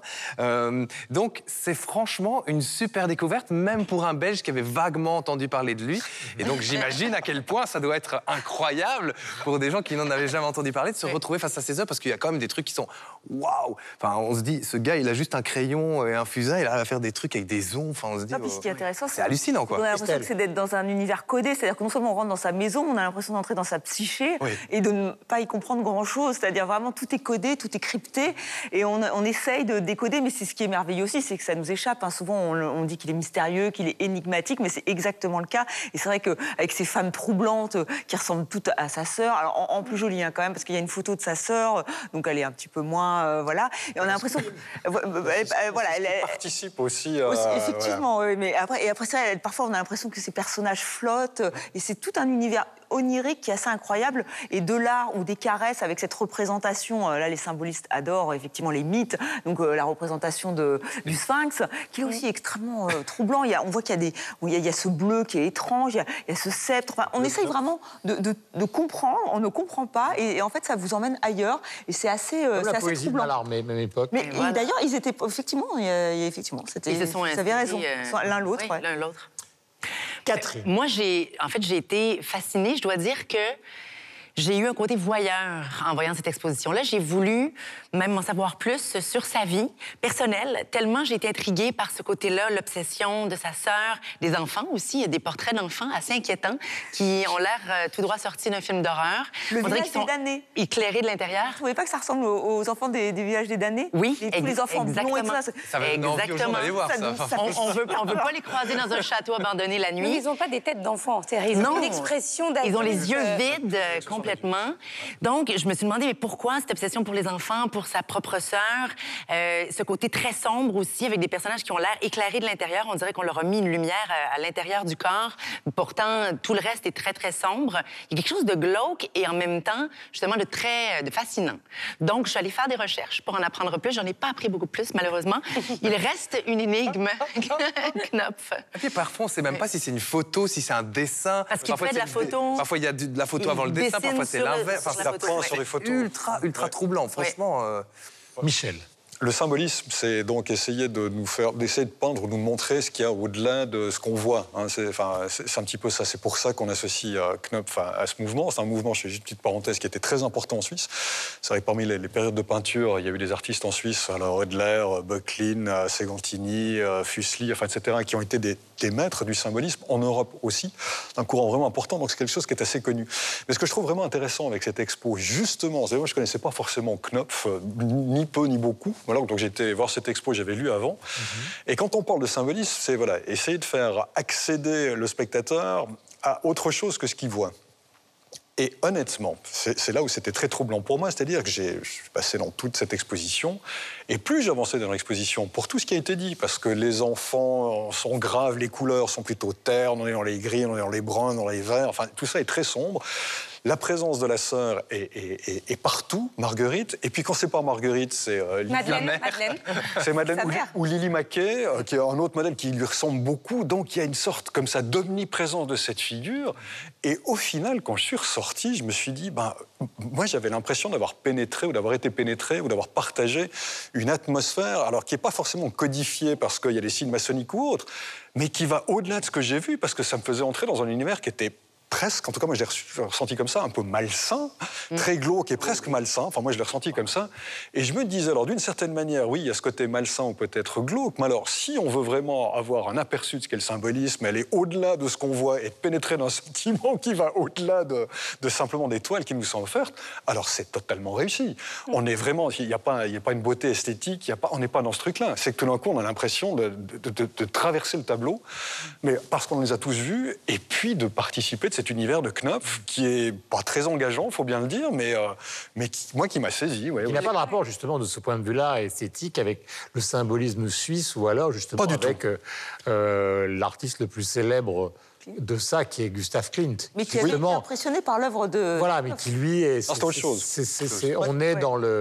Donc c'est franchement une super découverte, même pour un Belge qui avait vaguement entendu parler de lui. Et donc j'imagine à quel point ça doit être incroyable pour des gens qui n'en avaient jamais entendu parler de se retrouver face à ces œuvres, parce qu'il y a quand même des trucs qui sont waouh. Enfin on se dit, ce gars il a juste un crayon et un fusain, il arrive à faire des trucs avec des ondes. Enfin, on se dit, ce qui est intéressant, c'est hallucinant, quoi. On a l'impression que c'est d'être dans un univers codé, c'est-à-dire que non seulement on rentre dans sa maison, on a l'impression d'entrer dans sa psyché et de ne pas y comprendre grand-chose. C'est-à-dire vraiment tout est codé, tout est crypté et on essaye de décoder, mais c'est ce qui est merveilleux aussi, c'est que ça nous échappe. Souvent, on dit qu'il est mystérieux, qu'il est énigmatique, mais c'est exactement le cas. Et c'est vrai qu'avec ces femmes troublantes qui ressemblent toutes à sa sœur, alors en plus jolie quand même, parce qu'il y a une photo de sa sœur, donc elle est un petit peu moins, voilà. Et on a l'impression que, voilà, elle participe aussi. Effectivement, voilà. oui, mais après ça, parfois on a l'impression que ces personnages flottent, et c'est tout un univers onirique qui est assez incroyable, et de l'art ou des caresses avec cette représentation, là les symbolistes adorent effectivement les mythes, donc la représentation du Sphinx, qui est aussi extrêmement troublant. On voit qu'il y a ce bleu qui est étrange, il y a ce sceptre, enfin, on essaye vraiment de comprendre, on ne comprend pas, et en fait ça vous emmène ailleurs, et c'est assez troublant. Comme la poésie de Mallarmé, même époque. Mais voilà. D'ailleurs, ils étaient effectivement, vous avez raison, l'un l'autre. Oui, l'un l'autre. Catherine. Moi, j'ai été fascinée. Je dois dire que j'ai eu un côté voyeur en voyant cette exposition-là. J'ai voulu même en savoir plus sur sa vie personnelle, tellement j'ai été intriguée par ce côté-là, l'obsession de sa sœur, des enfants aussi. Il y a des portraits d'enfants assez inquiétants qui ont l'air tout droit sortis d'un film d'horreur. Le village des damnés. Éclairés de l'intérieur. Vous ne trouvez pas que ça ressemble aux enfants des villages des damnés? Oui, tous les enfants blonds et tout ça. Ça va donner envie aux gens d'aller voir ça. On veut pas les croiser dans un château abandonné la nuit. Mais ils n'ont pas des têtes d'enfants. Ils ont une expression d'adulte. Ils ont les yeux vides complètement. Donc, je me suis demandé, mais pourquoi cette obsession pour les enfants, pour sa propre sœur, ce côté très sombre aussi, avec des personnages qui ont l'air éclairés de l'intérieur. On dirait qu'on leur a mis une lumière à l'intérieur du corps. Pourtant, tout le reste est très, très sombre. Il y a quelque chose de glauque et en même temps, justement, de fascinant. Donc, je suis allée faire des recherches pour en apprendre plus. J'en ai pas appris beaucoup plus, malheureusement. Il reste une énigme, Knopf. Et puis parfois, on ne sait même pas si c'est une photo, si c'est un dessin. Parce qu'il fait de la photo. Parfois, il y a de la photo avant le dessin, parfois c'est l'inverse. Enfin, ça prend sur les photos. Ultra troublant, franchement. Michel. Le symbolisme, c'est donc essayer d'essayer de peindre ou de nous montrer ce qu'il y a au-delà de ce qu'on voit. Hein. C'est un petit peu ça. C'est pour ça qu'on associe Knopf à ce mouvement. C'est un mouvement, je fais juste une petite parenthèse, qui était très important en Suisse. C'est vrai que parmi les périodes de peinture, il y a eu des artistes en Suisse, alors Oedler, Böcklin, Segantini, Fuseli, etc., qui ont été des maîtres du symbolisme, en Europe aussi, un courant vraiment important. Donc c'est quelque chose qui est assez connu. Mais ce que je trouve vraiment intéressant avec cette expo, justement, moi je ne connaissais pas forcément Knopf, ni peu ni beaucoup. Voilà, donc j'étais voir cette expo, j'avais lu avant. Et quand on parle de symbolisme, c'est essayer de faire accéder le spectateur à autre chose que ce qu'il voit. Et honnêtement, c'est là où c'était très troublant pour moi, c'est-à-dire que je suis passé dans toute cette exposition, et plus j'avançais dans l'exposition, pour tout ce qui a été dit, parce que les enfants sont graves, les couleurs sont plutôt ternes, on est dans les gris, on est dans les bruns, dans les verts, enfin tout ça est très sombre. La présence de la sœur est partout, Marguerite. Et puis quand c'est pas Marguerite, c'est Madeleine. C'est Madeleine ou Lily Mackay, qui est un autre modèle qui lui ressemble beaucoup. Donc il y a une sorte comme ça d'omniprésence de cette figure. Et au final, quand je suis ressorti, je me suis dit, moi j'avais l'impression d'avoir pénétré ou d'avoir été pénétré ou d'avoir partagé une atmosphère, alors qui n'est pas forcément codifiée parce qu'il y a des signes maçonniques ou autres, mais qui va au-delà de ce que j'ai vu parce que ça me faisait entrer dans un univers qui était presque, en tout cas moi je l'ai ressenti comme ça, un peu malsain, très glauque et presque malsain, enfin moi je l'ai ressenti comme ça, et je me disais alors d'une certaine manière, oui il y a ce côté malsain ou peut-être glauque, mais alors si on veut vraiment avoir un aperçu de ce qu'est le symbolisme, aller au-delà de ce qu'on voit et de pénétrer dans un sentiment qui va au-delà de simplement des toiles qui nous sont offertes, alors c'est totalement réussi. On est vraiment, il n'y a pas une beauté esthétique, on n'est pas dans ce truc-là, c'est que tout d'un coup on a l'impression de traverser le tableau, mais parce qu'on les a tous vus, et puis de participer de cet univers de Knopf qui est pas très engageant, il faut bien le dire, mais qui m'a saisi. Ouais, il n'y a pas de rapport, justement, de ce point de vue-là, esthétique, avec le symbolisme suisse, ou alors, justement, avec l'artiste le plus célèbre de ça, qui est Gustav Klimt. Mais qui a été impressionné par l'œuvre de... Voilà, mais qui, lui, est autre chose. On est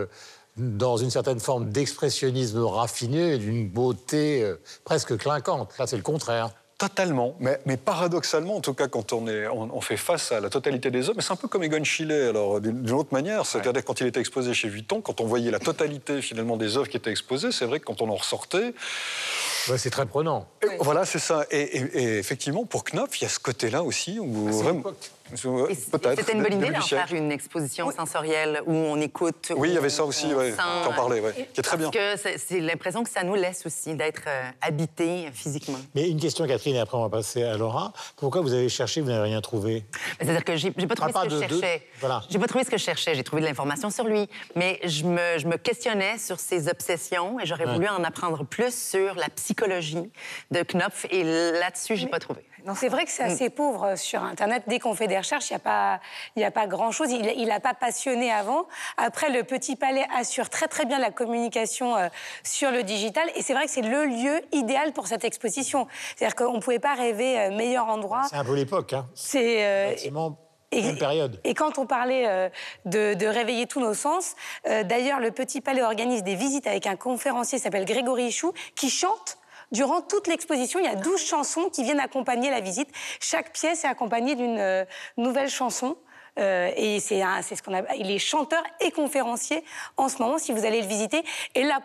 dans une certaine forme d'expressionnisme raffiné, d'une beauté presque clinquante. Là, c'est le contraire. Totalement, mais paradoxalement, en tout cas, quand on fait face à la totalité des œuvres, c'est un peu comme Egon Schiele, alors d'une autre manière, c'est-à-dire quand il était exposé chez Vuitton, quand on voyait la totalité finalement des œuvres qui étaient exposées, c'est vrai que quand on en ressortait... Ouais, c'est très prenant. Voilà, c'est ça. Et effectivement, pour Knopf, il y a ce côté-là aussi où vraiment... C'était une bonne idée d'en faire une exposition sensorielle où on écoute. Oui, il y avait ça aussi, t'en parlais, qui est très bien. Parce que c'est l'impression que ça nous laisse aussi d'être habités physiquement. Mais une question, Catherine, et après on va passer à Laura. Pourquoi vous avez cherché, vous n'avez rien trouvé? C'est-à-dire que j'ai pas trouvé ce que je cherchais. Voilà. J'ai pas trouvé ce que je cherchais. J'ai trouvé de l'information sur lui, mais je me questionnais sur ses obsessions et j'aurais voulu en apprendre plus sur la psychologie de Knopf. Et là-dessus, j'ai pas trouvé. Non, c'est vrai que c'est assez pauvre sur Internet. Dès qu'on fait des recherches, il n'y a pas grand-chose. Il n'a pas passionné avant. Après, le Petit Palais assure très, très bien la communication sur le digital. Et c'est vrai que c'est le lieu idéal pour cette exposition. C'est-à-dire qu'on ne pouvait pas rêver meilleur endroit. C'est un peu l'époque, hein. C'est... Même période. Et quand on parlait de réveiller tous nos sens, d'ailleurs, le Petit Palais organise des visites avec un conférencier qui s'appelle Grégory Chou, qui chante. Durant toute l'exposition, il y a 12 chansons qui viennent accompagner la visite. Chaque pièce est accompagnée d'une nouvelle chanson. Et c'est ce qu'on appelle. Il est chanteur et conférencier en ce moment, si vous allez le visiter. Et là,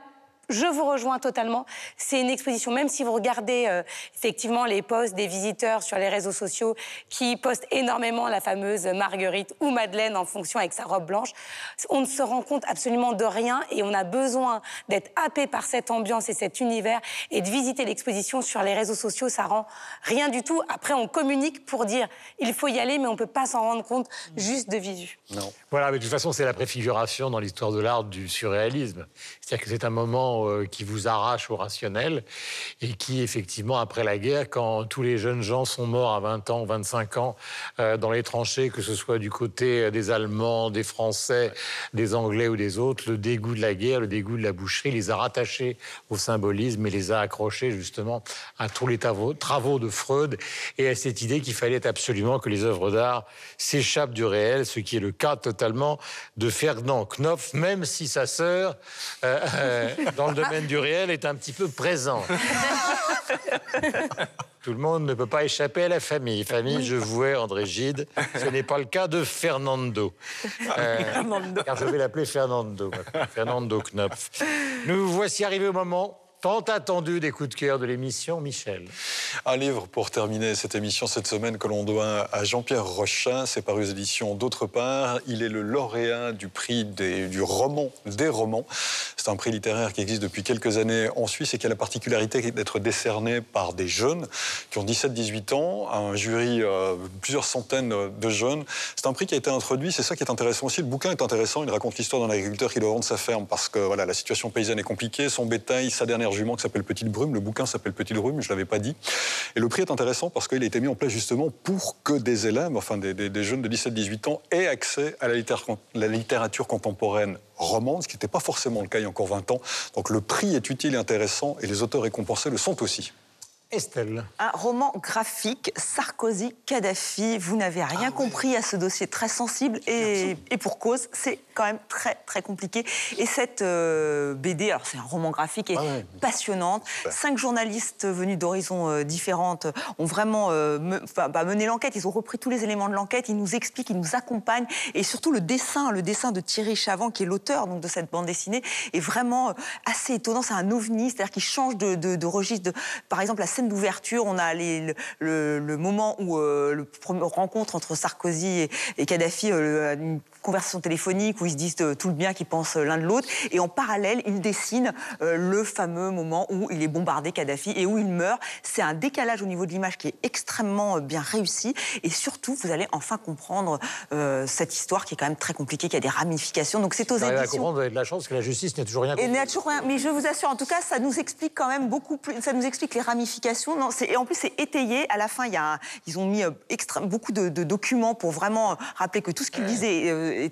je vous rejoins totalement. C'est une exposition, même si vous regardez effectivement les posts des visiteurs sur les réseaux sociaux qui postent énormément la fameuse Marguerite ou Madeleine en fonction avec sa robe blanche, on ne se rend compte absolument de rien et on a besoin d'être happé par cette ambiance et cet univers et de visiter l'exposition sur les réseaux sociaux, ça rend rien du tout. Après, on communique pour dire il faut y aller, mais on ne peut pas s'en rendre compte juste de visu. Non. Voilà, mais de toute façon, c'est la préfiguration dans l'histoire de l'art du surréalisme. C'est-à-dire que c'est un moment qui vous arrache au rationnel et qui, effectivement, après la guerre, quand tous les jeunes gens sont morts à 20 ans, 25 ans dans les tranchées, que ce soit du côté des Allemands, des Français, des Anglais ou des autres, le dégoût de la guerre, le dégoût de la boucherie les a rattachés au symbolisme et les a accrochés justement à tous les travaux de Freud et à cette idée qu'il fallait absolument que les œuvres d'art s'échappent du réel, ce qui est le cas totalement de Ferdinand Knopf, même si sa sœur, dans le domaine du réel, est un petit peu présente. Tout le monde ne peut pas échapper à la famille. Famille, je vouais André Gide. Ce n'est pas le cas de Fernando. Car je vais l'appeler Fernando. Fernando Knopf. Nous voici arrivés au moment tant attendu des coups de cœur de l'émission, Michel. Un livre pour terminer cette émission cette semaine que l'on doit à Jean-Pierre Rochin. C'est paru aux éditions D'autre part. Il est le lauréat du prix du roman, des romans. C'est un prix littéraire qui existe depuis quelques années en Suisse et qui a la particularité d'être décerné par des jeunes qui ont 17-18 ans, un jury plusieurs centaines de jeunes. C'est un prix qui a été introduit, c'est ça qui est intéressant aussi. Le bouquin est intéressant, il raconte l'histoire d'un agriculteur qui doit vendre sa ferme parce que voilà, la situation paysanne est compliquée, son bétail, sa dernière jument qui s'appelle Petite Brume, le bouquin s'appelle Petite Brume, je ne l'avais pas dit. Et le prix est intéressant parce qu'il a été mis en place justement pour que des élèves, enfin des jeunes de 17-18 ans, aient accès à la littérature contemporaine romande, ce qui n'était pas forcément le cas il y a encore 20 ans. Donc le prix est utile et intéressant et les auteurs récompensés le sont aussi. Estelle. Un roman graphique, Sarkozy-Kadhafi. Vous n'avez rien compris à ce dossier très sensible et pour cause, c'est quand même très, très compliqué. Et cette BD, alors c'est un roman graphique et passionnante. 5 journalistes venus d'horizons différentes ont vraiment mené l'enquête. Ils ont repris tous les éléments de l'enquête. Ils nous expliquent, ils nous accompagnent. Et surtout, le dessin de Thierry Chavant, qui est l'auteur donc, de cette bande dessinée, est vraiment assez étonnant. C'est un ovni, c'est-à-dire qu'il change de registre. Par exemple, la scène d'ouverture, on a le moment où le premier rencontre entre Sarkozy et Kadhafi, une conversation téléphonique où ils se disent tout le bien qu'ils pensent l'un de l'autre. Et en parallèle, il dessine le fameux moment où il est bombardé, Kadhafi, et où il meurt. C'est un décalage au niveau de l'image qui est extrêmement bien réussi. Et surtout, vous allez enfin comprendre cette histoire qui est quand même très compliquée, qui a des ramifications. Donc c'est aux éditions. À comprendre, vous avez de la chance que la justice n'a toujours rien compris. Et n'a toujours rien. Mais je vous assure, en tout cas, ça nous explique quand même beaucoup plus. Ça nous explique les ramifications. Non, et en plus, c'est étayé. À la fin, ils ont mis beaucoup de documents pour vraiment rappeler que tout ce qu'ils disaient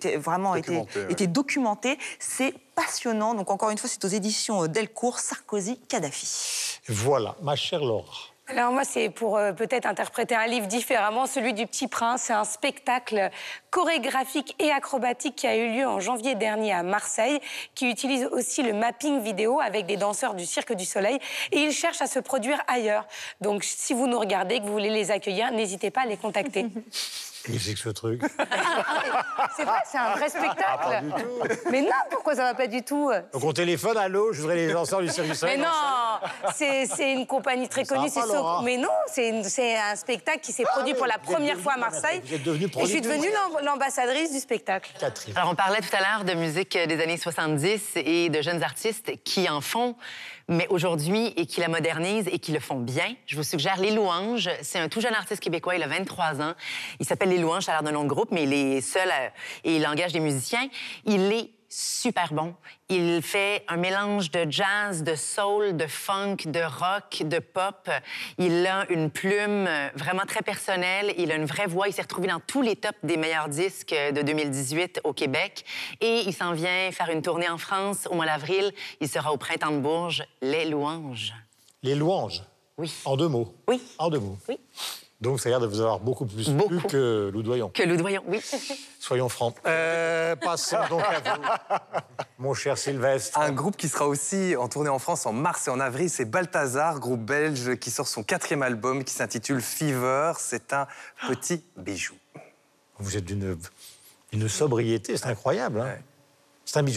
était documenté. C'est passionnant. Donc, encore une fois, c'est aux éditions Delcourt, Sarkozy-Kadhafi. Voilà, ma chère Laura. Alors moi, c'est pour peut-être interpréter un livre différemment, celui du Petit Prince. C'est un spectacle chorégraphique et acrobatique qui a eu lieu en janvier dernier à Marseille, qui utilise aussi le mapping vidéo avec des danseurs du Cirque du Soleil. Et ils cherchent à se produire ailleurs. Donc si vous nous regardez, que vous voulez les accueillir, n'hésitez pas à les contacter. Qu'est-ce que c'est que ce truc? C'est vrai, c'est un vrai spectacle. Pas du tout. Mais non, pourquoi ça va pas du tout? Donc on téléphone, allô, je voudrais les danseurs du Cirque du Soleil. Mais non, c'est une compagnie très connue. Mais non, c'est un spectacle qui s'est produit pour la première fois à Marseille. Vous êtes devenue et je suis devenue l'ambassadrice du spectacle. Catherine. Alors on parlait tout à l'heure de musique des années 70 et de jeunes artistes qui en font, mais aujourd'hui, et qui la modernisent et qui le font bien. Je vous suggère Les Louanges. C'est un tout jeune artiste québécois, il a 23 ans. Il s'appelle Les Louanges, ça a l'air d'un nom de groupe, mais il est seul et il engage des musiciens. Il est super bon. Il fait un mélange de jazz, de soul, de funk, de rock, de pop. Il a une plume vraiment très personnelle. Il a une vraie voix. Il s'est retrouvé dans tous les tops des meilleurs disques de 2018 au Québec. Et il s'en vient faire une tournée en France au mois d'avril. Il sera au Printemps de Bourges. Les Louanges. Les Louanges? Oui. En 2 mots? Oui. En 2 mots? Oui. Donc, ça a l'air de vous avoir beaucoup plus plu que Loudoyon. Que Loudoyon, oui. Soyons francs. Passons donc à vous, mon cher Sylvestre. Un groupe qui sera aussi en tournée en France en mars et en avril, c'est Balthazar, groupe belge qui sort son 4e album qui s'intitule Fever. C'est un petit bijou. Vous êtes d'une sobriété, c'est incroyable. Hein. C'est un bijou.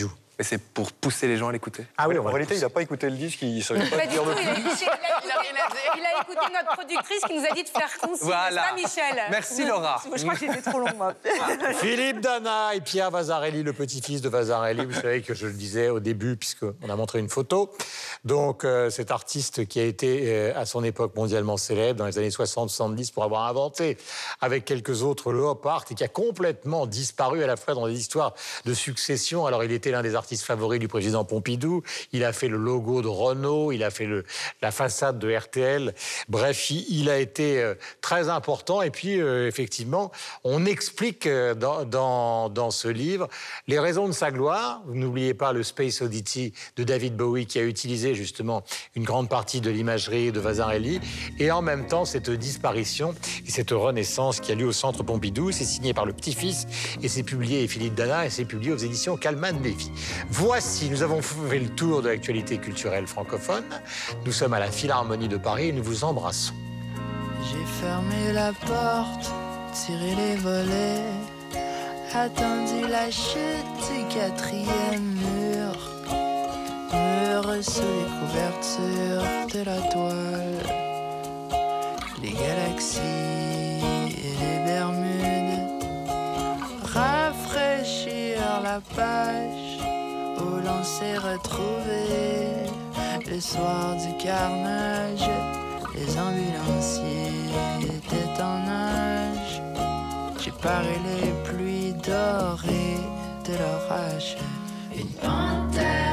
Mais c'est pour pousser les gens à l'écouter. Ah oui, en réalité, il n'a pas écouté le disque, il ne savait pas dire le plus. Il a écouté notre productrice qui nous a dit de faire concis. Voilà. Pas Michel. Merci Laura. Moi, je crois que j'étais trop long, moi. Philippe Dana et Pierre Vasarely, le petit-fils de Vasarely. Vous savez que je le disais au début, puisqu'on a montré une photo. Donc, cet artiste qui a été, à son époque, mondialement célèbre, dans les années 60-70, pour avoir inventé, avec quelques autres, le hop art, et qui a complètement disparu à la fois dans des histoires de succession. Alors, il était l'un des artistes favoris du président Pompidou. Il a fait le logo de Renault, il a fait la façade de RTL. Bref, il a été très important. Et puis, effectivement, on explique dans ce livre les raisons de sa gloire. Vous n'oubliez pas le Space Oddity de David Bowie, qui a utilisé justement une grande partie de l'imagerie de Vasarely. Et en même temps, cette disparition et cette renaissance qui a lieu au Centre Pompidou. C'est signé par le petit-fils et c'est publié, Philippe Dana, et c'est publié aux éditions Calman Lévy. Voici, nous avons fait le tour de l'actualité culturelle francophone. Nous sommes à la Philharmonie de Paris et nous vous embrassons. J'ai fermé la porte, tiré les volets, attendu la chute du 4e mur. Mur sous les couvertures de la toile, les galaxies et les Bermudes, rafraîchir la page où l'on s'est retrouvé le soir du carnage. Les ambulanciers étaient en nage. J'ai paré les pluies dorées de l'orage. Une panthère